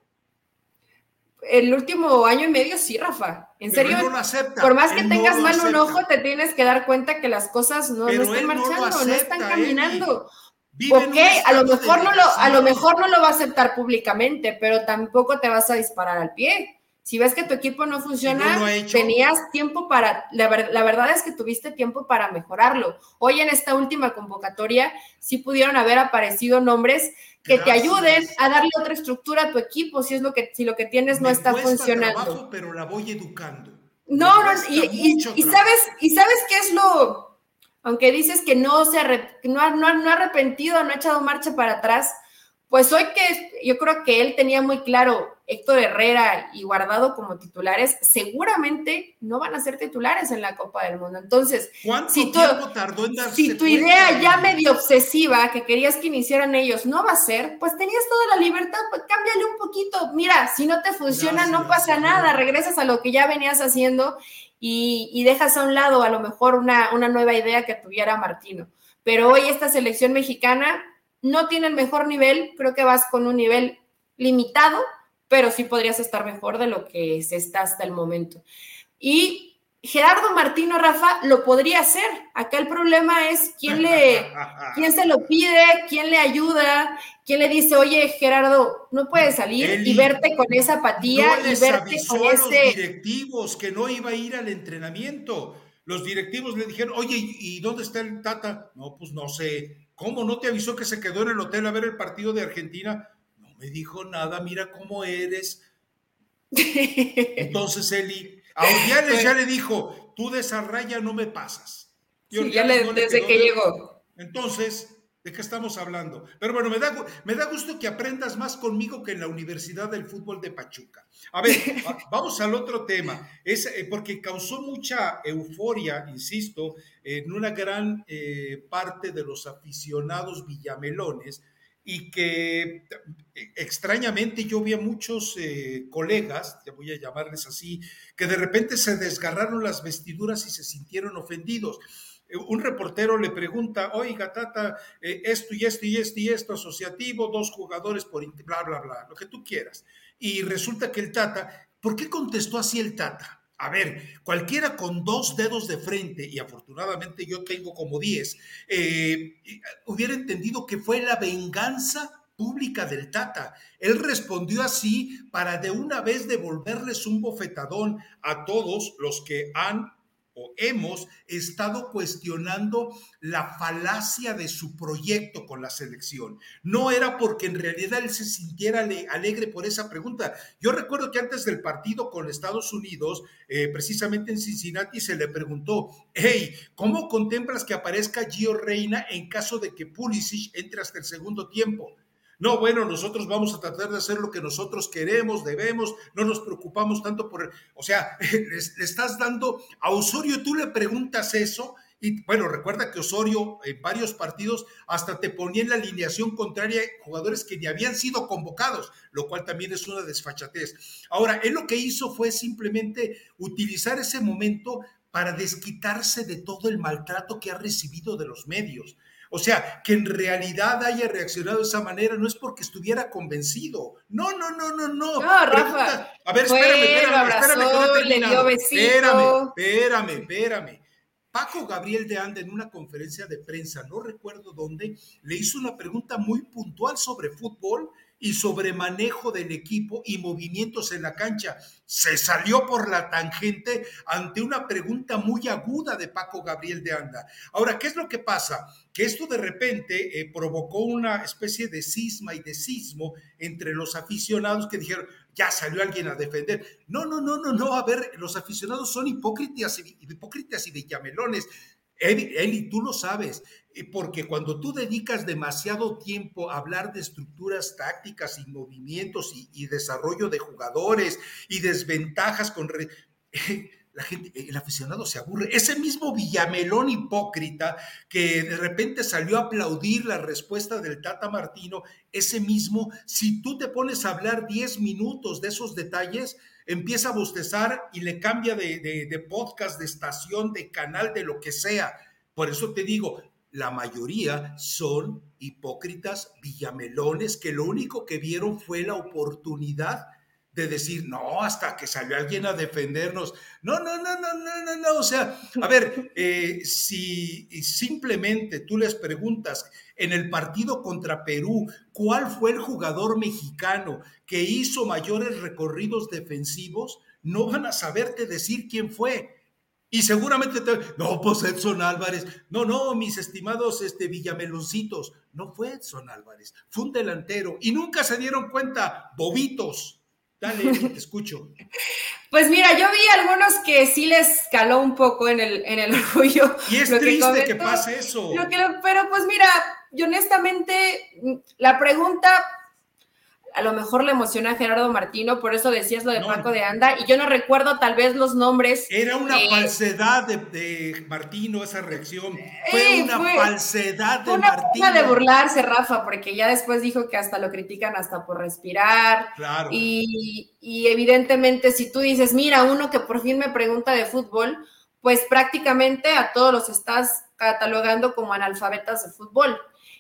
Speaker 2: El último año y medio sí, Rafa. En serio,
Speaker 1: no lo acepta.
Speaker 2: Por más que tengas mal un ojo, te tienes que dar cuenta que las cosas no están marchando, no están caminando. Ok, a lo mejor no lo va a aceptar públicamente, pero tampoco te vas a disparar al pie. Si ves que tu equipo no funciona, tenías tiempo para, la verdad es que tuviste tiempo para mejorarlo. Hoy en esta última convocatoria sí pudieron haber aparecido nombres que te ayuden a darle otra estructura a tu equipo si lo que tienes no está funcionando.
Speaker 1: Trabajo, pero la voy educando.
Speaker 2: Y sabes qué es lo, aunque dices que no ha arrepentido, no ha echado marcha para atrás. Pues hoy yo creo que él tenía muy claro Héctor Herrera y Guardado como titulares, seguramente no van a ser titulares en la Copa del Mundo. Entonces,
Speaker 1: ¿cuánto tiempo tardó en darse
Speaker 2: si tu idea ya medio obsesiva, que querías que iniciaran ellos, no va a ser, pues tenías toda la libertad, pues cámbiale un poquito. Mira, si no te funciona, no pasa nada, regresas a lo que ya venías haciendo y dejas a un lado a lo mejor una nueva idea que tuviera Martino. Pero hoy esta selección mexicana no tiene el mejor nivel, creo que vas con un nivel limitado, pero sí podrías estar mejor de lo que se está hasta el momento. Y Gerardo Martino, Rafa, lo podría hacer. Acá el problema es quién se lo pide, quién le ayuda, quién le dice, oye, Gerardo, no puedes salir, Eli, y verte con esa apatía y verte con ese...
Speaker 1: los directivos que no iba a ir al entrenamiento. Los directivos le dijeron, oye, ¿y dónde está el Tata? No, pues no sé. ¿Cómo no te avisó que se quedó en el hotel a ver el partido de Argentina? No me dijo nada, mira cómo eres. Entonces Eli, a Urdiales ya le dijo, tú de esa raya no me pasas.
Speaker 2: Sí, desde que llegó.
Speaker 1: Entonces, ¿de qué estamos hablando? Pero bueno, me da gusto que aprendas más conmigo que en la Universidad del Fútbol de Pachuca. A ver, vamos al otro tema. Es porque causó mucha euforia, insisto, en una gran parte de los aficionados villamelones, y que extrañamente yo vi a muchos colegas, te voy a llamarles así, que de repente se desgarraron las vestiduras y se sintieron ofendidos. Un reportero le pregunta, oiga, Tata, esto y esto y esto y esto asociativo, 2 jugadores por bla, bla, bla, lo que tú quieras. Y resulta que el Tata, ¿por qué contestó así el Tata? A ver, cualquiera con 2 dedos de frente, y afortunadamente yo tengo como 10, hubiera entendido que fue la venganza pública del Tata. Él respondió así para de una vez devolverles un bofetadón a todos los que han o hemos estado cuestionando la falacia de su proyecto con la selección. No era porque en realidad él se sintiera alegre por esa pregunta. Yo recuerdo que antes del partido con Estados Unidos, precisamente en Cincinnati, se le preguntó, hey, ¿cómo contemplas que aparezca Gio Reyna en caso de que Pulisic entre hasta el segundo tiempo? No, bueno, nosotros vamos a tratar de hacer lo que nosotros queremos, debemos, no nos preocupamos tanto por... O sea, le estás dando... A Osorio tú le preguntas eso y, bueno, recuerda que Osorio en varios partidos hasta te ponía en la alineación contraria jugadores que ni habían sido convocados, lo cual también es una desfachatez. Ahora, él lo que hizo fue simplemente utilizar ese momento para desquitarse de todo el maltrato que ha recibido de los medios. O sea, que en realidad haya reaccionado de esa manera no es porque estuviera convencido. No.
Speaker 2: No, Rafa.
Speaker 1: A ver, espérame, que no he terminado. Espérame. Paco Gabriel de Anda en una conferencia de prensa, no recuerdo dónde, le hizo una pregunta muy puntual sobre fútbol y sobre manejo del equipo y movimientos en la cancha. Se salió por la tangente ante una pregunta muy aguda de Paco Gabriel de Anda. Ahora, ¿qué es lo que pasa? Que esto de repente provocó una especie de cisma y de sismo entre los aficionados que dijeron, ya salió alguien a defender. No, a ver, los aficionados son hipócritas y villamelones. Eli, tú lo sabes, porque cuando tú dedicas demasiado tiempo a hablar de estructuras tácticas y movimientos y desarrollo de jugadores y desventajas con... la gente, el aficionado se aburre. Ese mismo villamelón hipócrita que de repente salió a aplaudir la respuesta del Tata Martino, ese mismo, si tú te pones a hablar 10 minutos de esos detalles, empieza a bostezar y le cambia de podcast, de estación, de canal, de lo que sea. Por eso te digo, la mayoría son hipócritas, villamelones, que lo único que vieron fue la oportunidad de decir, no, hasta que salió alguien a defendernos. No, o sea, a ver, si simplemente tú les preguntas en el partido contra Perú, ¿cuál fue el jugador mexicano que hizo mayores recorridos defensivos? No van a saberte decir quién fue. Y seguramente no, pues Edson Álvarez. No, mis estimados villameloncitos, no fue Edson Álvarez, fue un delantero. Y nunca se dieron cuenta, bobitos. Dale, te escucho.
Speaker 2: Pues mira, yo vi algunos que sí les caló un poco en el orgullo.
Speaker 1: Y es triste que pase eso.
Speaker 2: Pero pues mira, yo honestamente, la pregunta a lo mejor le emociona a Gerardo Martino, por eso decías lo de Paco de Anda, y yo no recuerdo tal vez los nombres.
Speaker 1: Era una falsedad de Martino esa reacción, fue una falsedad de Martino.
Speaker 2: Una de burlarse, Rafa, porque ya después dijo que hasta lo critican hasta por respirar.
Speaker 1: Claro.
Speaker 2: Y evidentemente si tú dices, mira, uno que por fin me pregunta de fútbol, pues prácticamente a todos los estás catalogando como analfabetas de fútbol.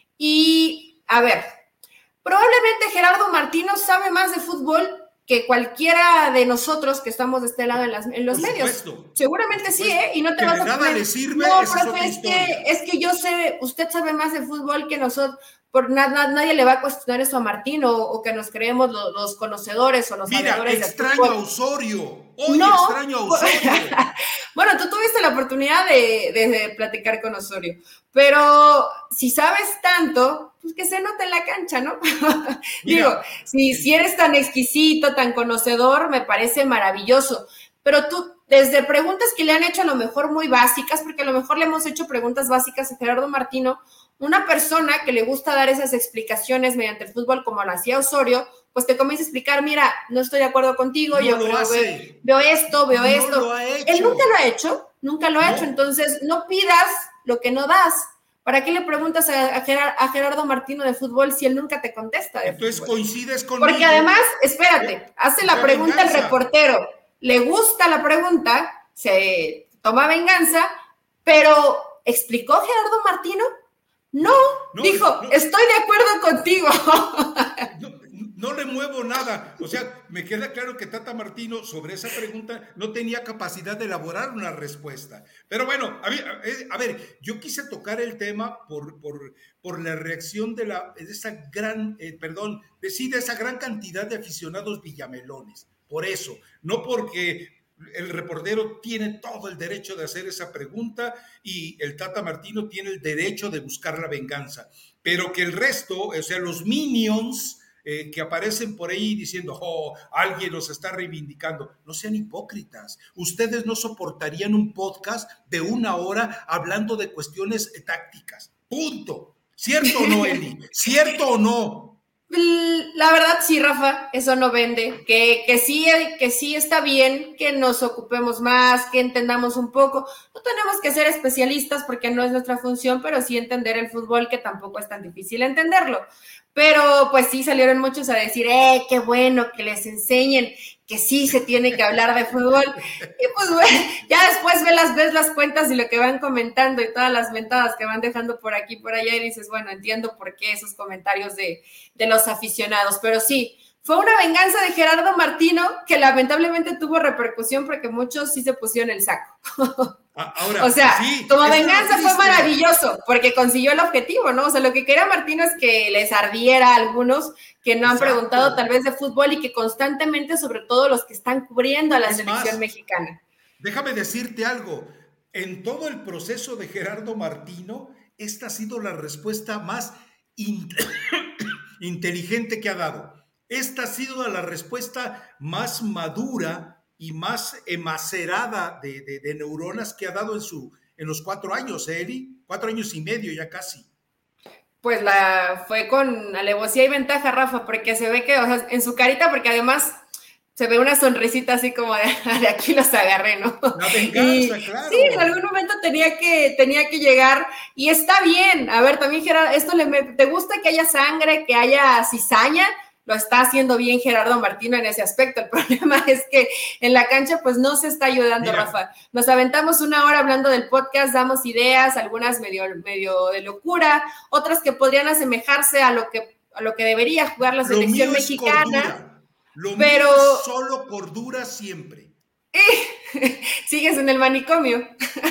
Speaker 2: Y, a ver, probablemente Gerardo Martino sabe más de fútbol que cualquiera de nosotros que estamos de este lado en los medios.
Speaker 1: Supuesto.
Speaker 2: Seguramente sí, ¿eh? Y no te vas a
Speaker 1: nada le sirve.
Speaker 2: No, profe, es que yo sé, usted sabe más de fútbol que nosotros. Por nadie le va a cuestionar eso a Martino o que nos creemos los conocedores o los sabedores de fútbol.
Speaker 1: Extraño a Osorio. Extraño a Osorio.
Speaker 2: Bueno, tú tuviste la oportunidad de platicar con Osorio, pero si sabes tanto, pues que se note en la cancha, ¿no? Digo, si eres tan exquisito, tan conocedor, me parece maravilloso, pero tú, desde preguntas que le han hecho a lo mejor muy básicas, porque a lo mejor le hemos hecho preguntas básicas a Gerardo Martino, una persona que le gusta dar esas explicaciones mediante el fútbol como lo hacía Osorio, pues te comienza a explicar, mira, no estoy de acuerdo contigo, yo veo esto. Él nunca lo ha hecho, entonces no pidas lo que no das. ¿Para qué le preguntas a Gerardo Martino de fútbol si él nunca te contesta?
Speaker 1: Entonces coincides conmigo.
Speaker 2: Porque además, espérate, hace la pregunta el reportero, le gusta la pregunta, se toma venganza, pero ¿explicó Gerardo Martino? No, dijo, estoy de acuerdo contigo.
Speaker 1: No le muevo nada. O sea, me queda claro que Tata Martino sobre esa pregunta no tenía capacidad de elaborar una respuesta. Pero bueno, a ver, yo quise tocar el tema por la reacción de esa gran cantidad de aficionados villamelones. Por eso, no porque el reportero tiene todo el derecho de hacer esa pregunta y el Tata Martino tiene el derecho de buscar la venganza, pero que el resto, o sea, los minions que aparecen por ahí diciendo, alguien los está reivindicando, no sean hipócritas. Ustedes no soportarían un podcast de 1 hora hablando de cuestiones tácticas. Punto. ¿Cierto o no, Eli? ¿Cierto o no?
Speaker 2: La verdad sí, Rafa, eso no vende, que sí está bien que nos ocupemos más, que entendamos un poco, no tenemos que ser especialistas porque no es nuestra función, pero sí entender el fútbol, que tampoco es tan difícil entenderlo, pero pues sí salieron muchos a decir, qué bueno que les enseñen que sí se tiene que hablar de fútbol, y pues bueno, ya después ves las cuentas y lo que van comentando y todas las mentadas que van dejando por aquí y por allá y dices, bueno, entiendo por qué esos comentarios de los aficionados, pero sí, fue una venganza de Gerardo Martino que lamentablemente tuvo repercusión porque muchos sí se pusieron el saco.
Speaker 1: Ahora,
Speaker 2: o sea,
Speaker 1: sí,
Speaker 2: como venganza fue maravilloso, porque consiguió el objetivo, ¿no? O sea, lo que quería Martino es que les ardiera a algunos que no han preguntado tal vez de fútbol y que constantemente, sobre todo los que están cubriendo a la selección mexicana.
Speaker 1: Déjame decirte algo, en todo el proceso de Gerardo Martino, esta ha sido la respuesta más inteligente que ha dado. Esta ha sido la respuesta más madura y más macerada de neuronas que ha dado en los 4 años, Eli, 4 años y medio ya casi.
Speaker 2: Pues fue con alevosía y ventaja, Rafa, porque se ve que, o sea, en su carita, porque además se ve una sonrisita así como de aquí los agarré, ¿no?
Speaker 1: La venganza, claro.
Speaker 2: Sí, en algún momento tenía que llegar y está bien. A ver, también Gerardo, ¿te gusta que haya sangre, que haya cizaña? Lo está haciendo bien Gerardo Martino en ese aspecto. El problema es que en la cancha pues no se está ayudando. Mira, Rafa. Nos aventamos 1 hora hablando del podcast, damos ideas, algunas medio de locura, otras que podrían asemejarse a lo que debería jugar la selección mexicana.
Speaker 1: Lo
Speaker 2: pero
Speaker 1: mío es solo cordura siempre.
Speaker 2: Sigues en el manicomio.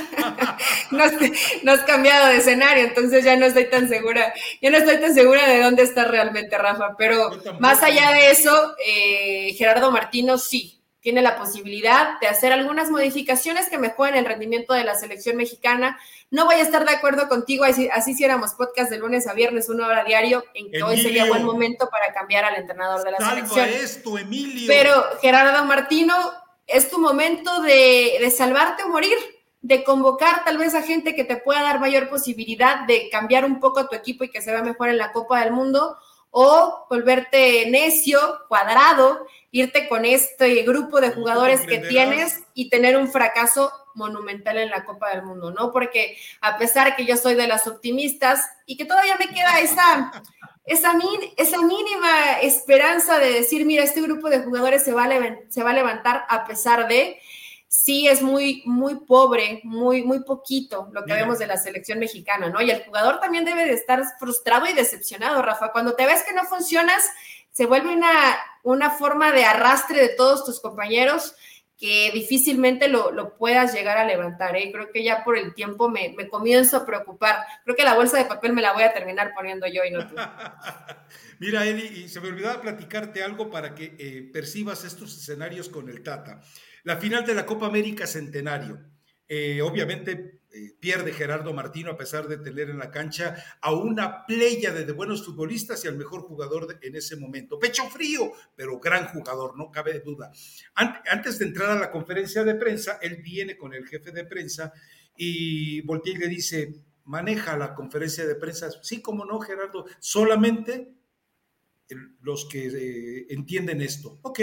Speaker 2: No has cambiado de escenario, entonces ya no estoy tan segura. Yo no estoy tan segura de dónde está realmente Rafa, pero más allá de eso, Gerardo Martino sí tiene la posibilidad de hacer algunas modificaciones que mejoren el rendimiento de la selección mexicana. No voy a estar de acuerdo contigo, así hiciéramos podcast de lunes a viernes, 1 hora diario, en que hoy sería buen momento para cambiar al entrenador de la selección.
Speaker 1: Esto, Emilio.
Speaker 2: Pero Gerardo Martino, es tu momento de salvarte o morir, de convocar tal vez a gente que te pueda dar mayor posibilidad de cambiar un poco a tu equipo y que se vea mejor en la Copa del Mundo, o volverte necio, cuadrado, irte con este grupo de jugadores que tienes y tener un fracaso monumental en la Copa del Mundo, ¿no? Porque a pesar que yo soy de las optimistas y que todavía me queda esa mínima esperanza de decir, mira, este grupo de jugadores se va a levantar a pesar de, sí es muy, muy pobre, muy, muy poquito lo que vemos de la selección mexicana, ¿no? Y el jugador también debe de estar frustrado y decepcionado, Rafa. Cuando te ves que no funcionas, se vuelve una forma de arrastre de todos tus compañeros que difícilmente lo puedas llegar a levantar, ¿eh? Creo que ya por el tiempo me comienzo a preocupar. Creo que la bolsa de papel me la voy a terminar poniendo yo y no tú.
Speaker 1: Mira, Eli, y se me olvidaba platicarte algo para que percibas estos escenarios con el Tata. La final de la Copa América Centenario. Obviamente pierde Gerardo Martino a pesar de tener en la cancha a una pléyade de buenos futbolistas y al mejor jugador en ese momento. Pecho frío, pero gran jugador, no cabe duda. Antes de entrar a la conferencia de prensa, él viene con el jefe de prensa y voltea y le dice, maneja la conferencia de prensa. Sí, cómo no, Gerardo, solamente los que entienden esto. Ok.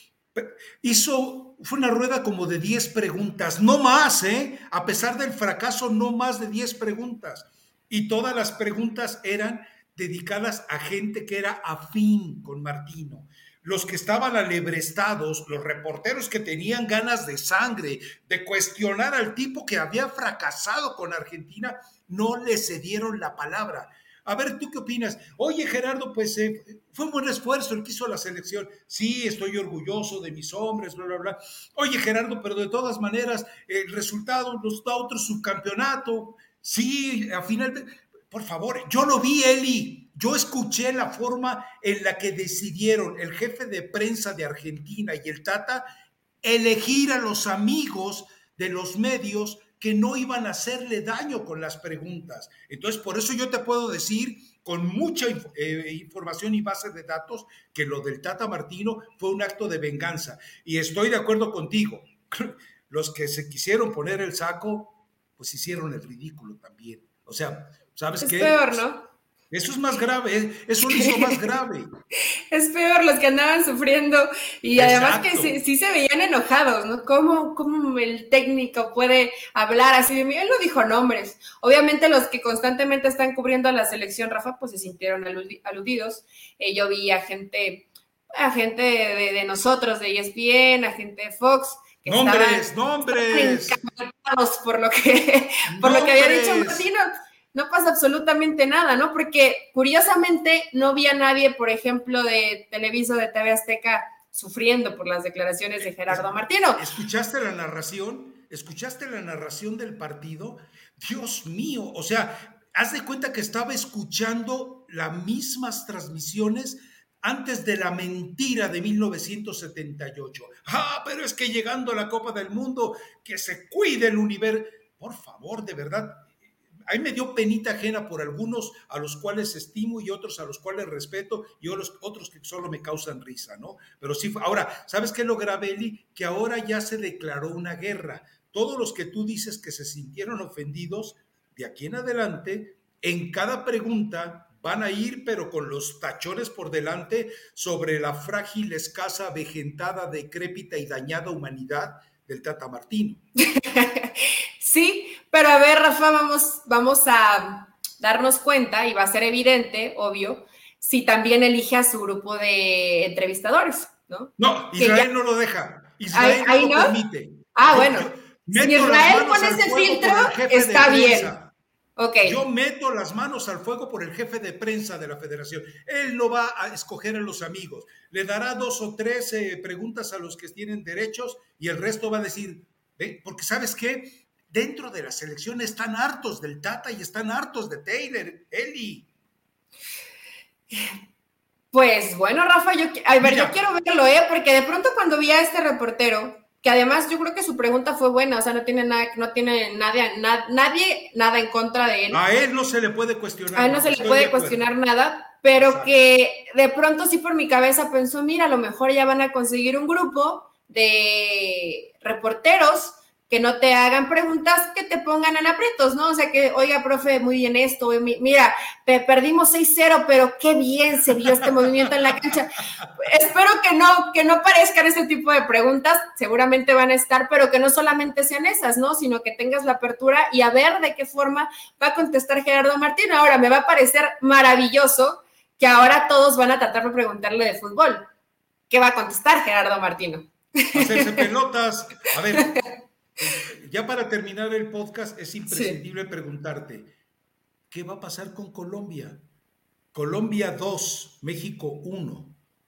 Speaker 1: Fue una rueda como de 10 preguntas, no más, a pesar del fracaso, no más de 10 preguntas. Y todas las preguntas eran dedicadas a gente que era afín con Martino. Los que estaban alebrestados, los reporteros que tenían ganas de sangre, de cuestionar al tipo que había fracasado con Argentina, no le cedieron la palabra. A ver, ¿tú qué opinas? Oye, Gerardo, pues fue un buen esfuerzo el que hizo la selección. Sí, estoy orgulloso de mis hombres, bla, bla, bla. Oye, Gerardo, pero de todas maneras, el resultado nos da otro subcampeonato. Sí, a final de... Por favor, yo lo vi, Eli. Yo escuché la forma en la que decidieron el jefe de prensa de Argentina y el Tata elegir a los amigos de los medios que no iban a hacerle daño con las preguntas. Entonces, por eso yo te puedo decir con mucha información y base de datos que lo del Tata Martino fue un acto de venganza. Y estoy de acuerdo contigo. Los que se quisieron poner el saco, pues hicieron el ridículo también. O sea, ¿sabes qué?
Speaker 2: Es peor, ¿no?
Speaker 1: Eso es más grave, eso lo hizo más grave.
Speaker 2: Es peor los que andaban sufriendo y además que sí se veían enojados, ¿no? ¿Cómo el técnico puede hablar así de mí? Él no dijo nombres. Obviamente los que constantemente están cubriendo a la selección, Rafa, pues se sintieron aludidos. Yo vi a gente de nosotros, de ESPN, a gente de Fox, que
Speaker 1: ¡Nombres!
Speaker 2: encantados por lo que había dicho Martino. No pasa absolutamente nada, ¿no? Porque curiosamente no había nadie, por ejemplo, de Televisa o de TV Azteca sufriendo por las declaraciones de Gerardo Martino.
Speaker 1: ¿Escuchaste la narración? ¿Escuchaste la narración del partido? Dios mío, o sea, haz de cuenta que estaba escuchando las mismas transmisiones antes de la mentira de 1978. Pero es que llegando a la Copa del Mundo, que se cuide el universo. Por favor, de verdad, a mí me dio penita ajena por algunos a los cuales estimo y otros a los cuales respeto y otros que solo me causan risa, ¿no? Pero sí, ahora, ¿sabes qué es lo grave, Eli? Que ahora ya se declaró una guerra. Todos los que tú dices que se sintieron ofendidos, de aquí en adelante, en cada pregunta van a ir, pero con los tachones por delante, sobre la frágil, escasa, avejentada, decrépita y dañada humanidad del Tata Martino.
Speaker 2: Sí, pero a ver, Rafa, vamos a darnos cuenta, y va a ser evidente, obvio, si también elige a su grupo de entrevistadores, ¿no?
Speaker 1: No, Israel no lo deja. Israel no lo permite.
Speaker 2: Bueno. Si Israel pone ese filtro, está bien. Okay.
Speaker 1: Yo meto las manos al fuego por el jefe de prensa de la federación. Él no va a escoger a los amigos. Le dará 2 o 3 preguntas a los que tienen derechos y el resto va a decir, porque ¿sabes qué? Dentro de la selección están hartos del Tata y están hartos de Taylor, Eli.
Speaker 2: Pues bueno, Rafa, yo quiero verlo, porque de pronto cuando vi a este reportero, que además yo creo que su pregunta fue buena, o sea, no tiene nadie nada en contra de él.
Speaker 1: A él no se le puede cuestionar.
Speaker 2: A él no se le puede cuestionar nada, pero exacto, que de pronto sí por mi cabeza pensó, mira, a lo mejor ya van a conseguir un grupo de reporteros que no te hagan preguntas que te pongan en aprietos, ¿no? O sea, que, oiga, profe, muy bien esto, mira, perdimos 6-0, pero qué bien se vio este movimiento en la cancha. Espero que no parezcan ese tipo de preguntas, seguramente van a estar, pero que no solamente sean esas, ¿no? Sino que tengas la apertura y a ver de qué forma va a contestar Gerardo Martino. Ahora, me va a parecer maravilloso que ahora todos van a tratar de preguntarle de fútbol. ¿Qué va a contestar Gerardo Martino?
Speaker 1: Hacerse pelotas. A ver, ya para terminar el podcast es imprescindible preguntarte, ¿qué va a pasar con Colombia? Colombia 2, México 1.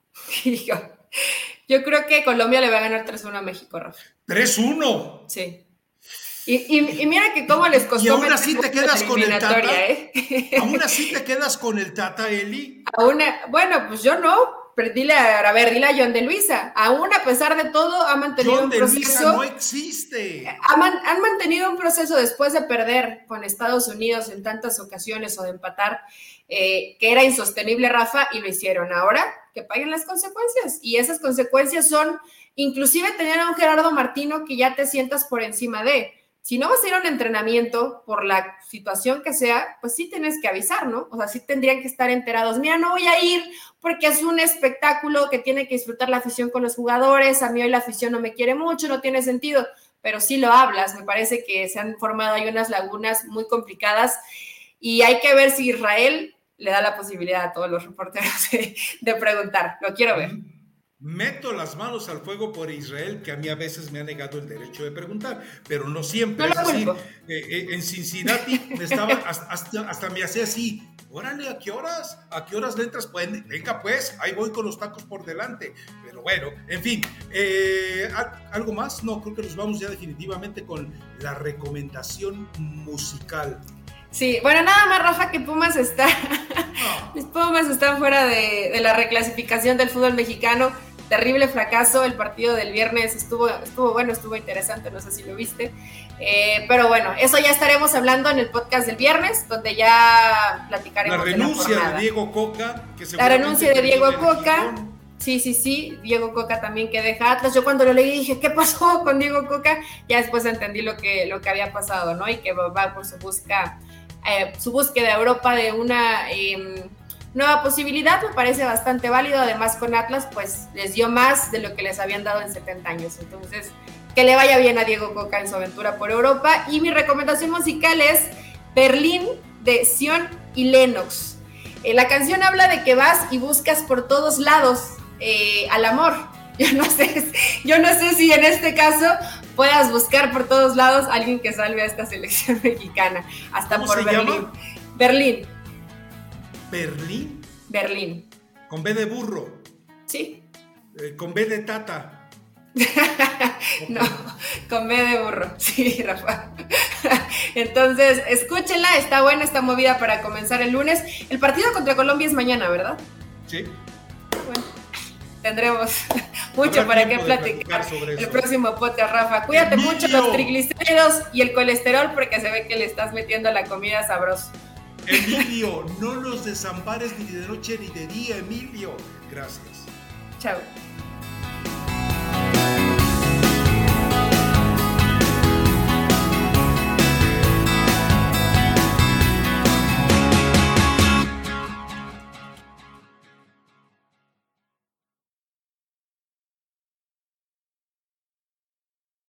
Speaker 2: Yo creo que Colombia le va a ganar 3-1 a México, Rafa.
Speaker 1: ¿3-1?
Speaker 2: Sí. Y mira que cómo les costó.
Speaker 1: Y aún así te quedas con el Tata. ¿Aún así te quedas con el Tata, Eli?
Speaker 2: Bueno, pues yo no. Pero dile a John de Luisa, aún a pesar de todo, ha mantenido un proceso. John de Luisa
Speaker 1: no existe.
Speaker 2: Han mantenido un proceso después de perder con Estados Unidos en tantas ocasiones o de empatar, que era insostenible, Rafa, y lo hicieron. Ahora que paguen las consecuencias. Y esas consecuencias son, inclusive tener a un Gerardo Martino que ya te sientas por encima de. Si no vas a ir a un entrenamiento por la situación que sea, pues sí tienes que avisar, ¿no? O sea, sí tendrían que estar enterados. Mira, no voy a ir porque es un espectáculo que tiene que disfrutar la afición con los jugadores. A mí hoy la afición no me quiere mucho, no tiene sentido. Pero sí lo hablas. Me parece que se han formado ahí unas lagunas muy complicadas y hay que ver si Israel le da la posibilidad a todos los reporteros de preguntar. Lo quiero ver.
Speaker 1: Meto las manos al fuego por Israel, que a mí a veces me ha negado el derecho de preguntar, pero no siempre. Es decir, en Cincinnati me estaba, hasta me hacía así, órale, ¿a qué horas? ¿A qué horas le entras? Pues, venga pues, ahí voy con los tacos por delante. Pero bueno, en fin, ¿algo más? No, creo que nos vamos ya definitivamente con la recomendación musical.
Speaker 2: Sí, bueno, nada más, Rafa, que Pumas está fuera de la reclasificación del fútbol mexicano. Terrible fracaso, el partido del viernes estuvo bueno, estuvo interesante, no sé si lo viste, pero bueno, eso ya estaremos hablando en el podcast del viernes, donde ya platicaremos
Speaker 1: de la renuncia de Diego Coca,
Speaker 2: la renuncia de Diego Coca. Sí, Diego Coca también que deja Atlas. Yo cuando lo leí dije, ¿qué pasó con Diego Coca? Ya después entendí lo que había pasado, ¿no? Y que va por su búsqueda a Europa de una nueva posibilidad. Me parece bastante válido. Además, con Atlas, pues les dio más de lo que les habían dado en 70 años. Entonces, que le vaya bien a Diego Coca en su aventura por Europa. Y mi recomendación musical es Berlín de Zion y Lennox. La canción habla de que vas y buscas por todos lados al amor. Yo no sé si en este caso puedas buscar por todos lados a alguien que salve a esta selección mexicana. Hasta
Speaker 1: ¿Cómo
Speaker 2: por
Speaker 1: se
Speaker 2: Berlín.
Speaker 1: llama?
Speaker 2: Berlín.
Speaker 1: ¿Berlín?
Speaker 2: Berlín.
Speaker 1: Con B de burro.
Speaker 2: Sí.
Speaker 1: Con B de tata.
Speaker 2: No, con B de burro, sí, Rafa. Entonces, escúchenla, está buena, está movida para comenzar el lunes. El partido contra Colombia es mañana, ¿verdad?
Speaker 1: Sí.
Speaker 2: Bueno, tendremos mucho para qué platicar sobre el próximo podcast, Rafa. Cuídate mucho los triglicéridos y el colesterol porque se ve que le estás metiendo a la comida sabrosa.
Speaker 1: Emilio, no nos desampares ni de noche ni de día, Emilio. Gracias.
Speaker 2: Chao.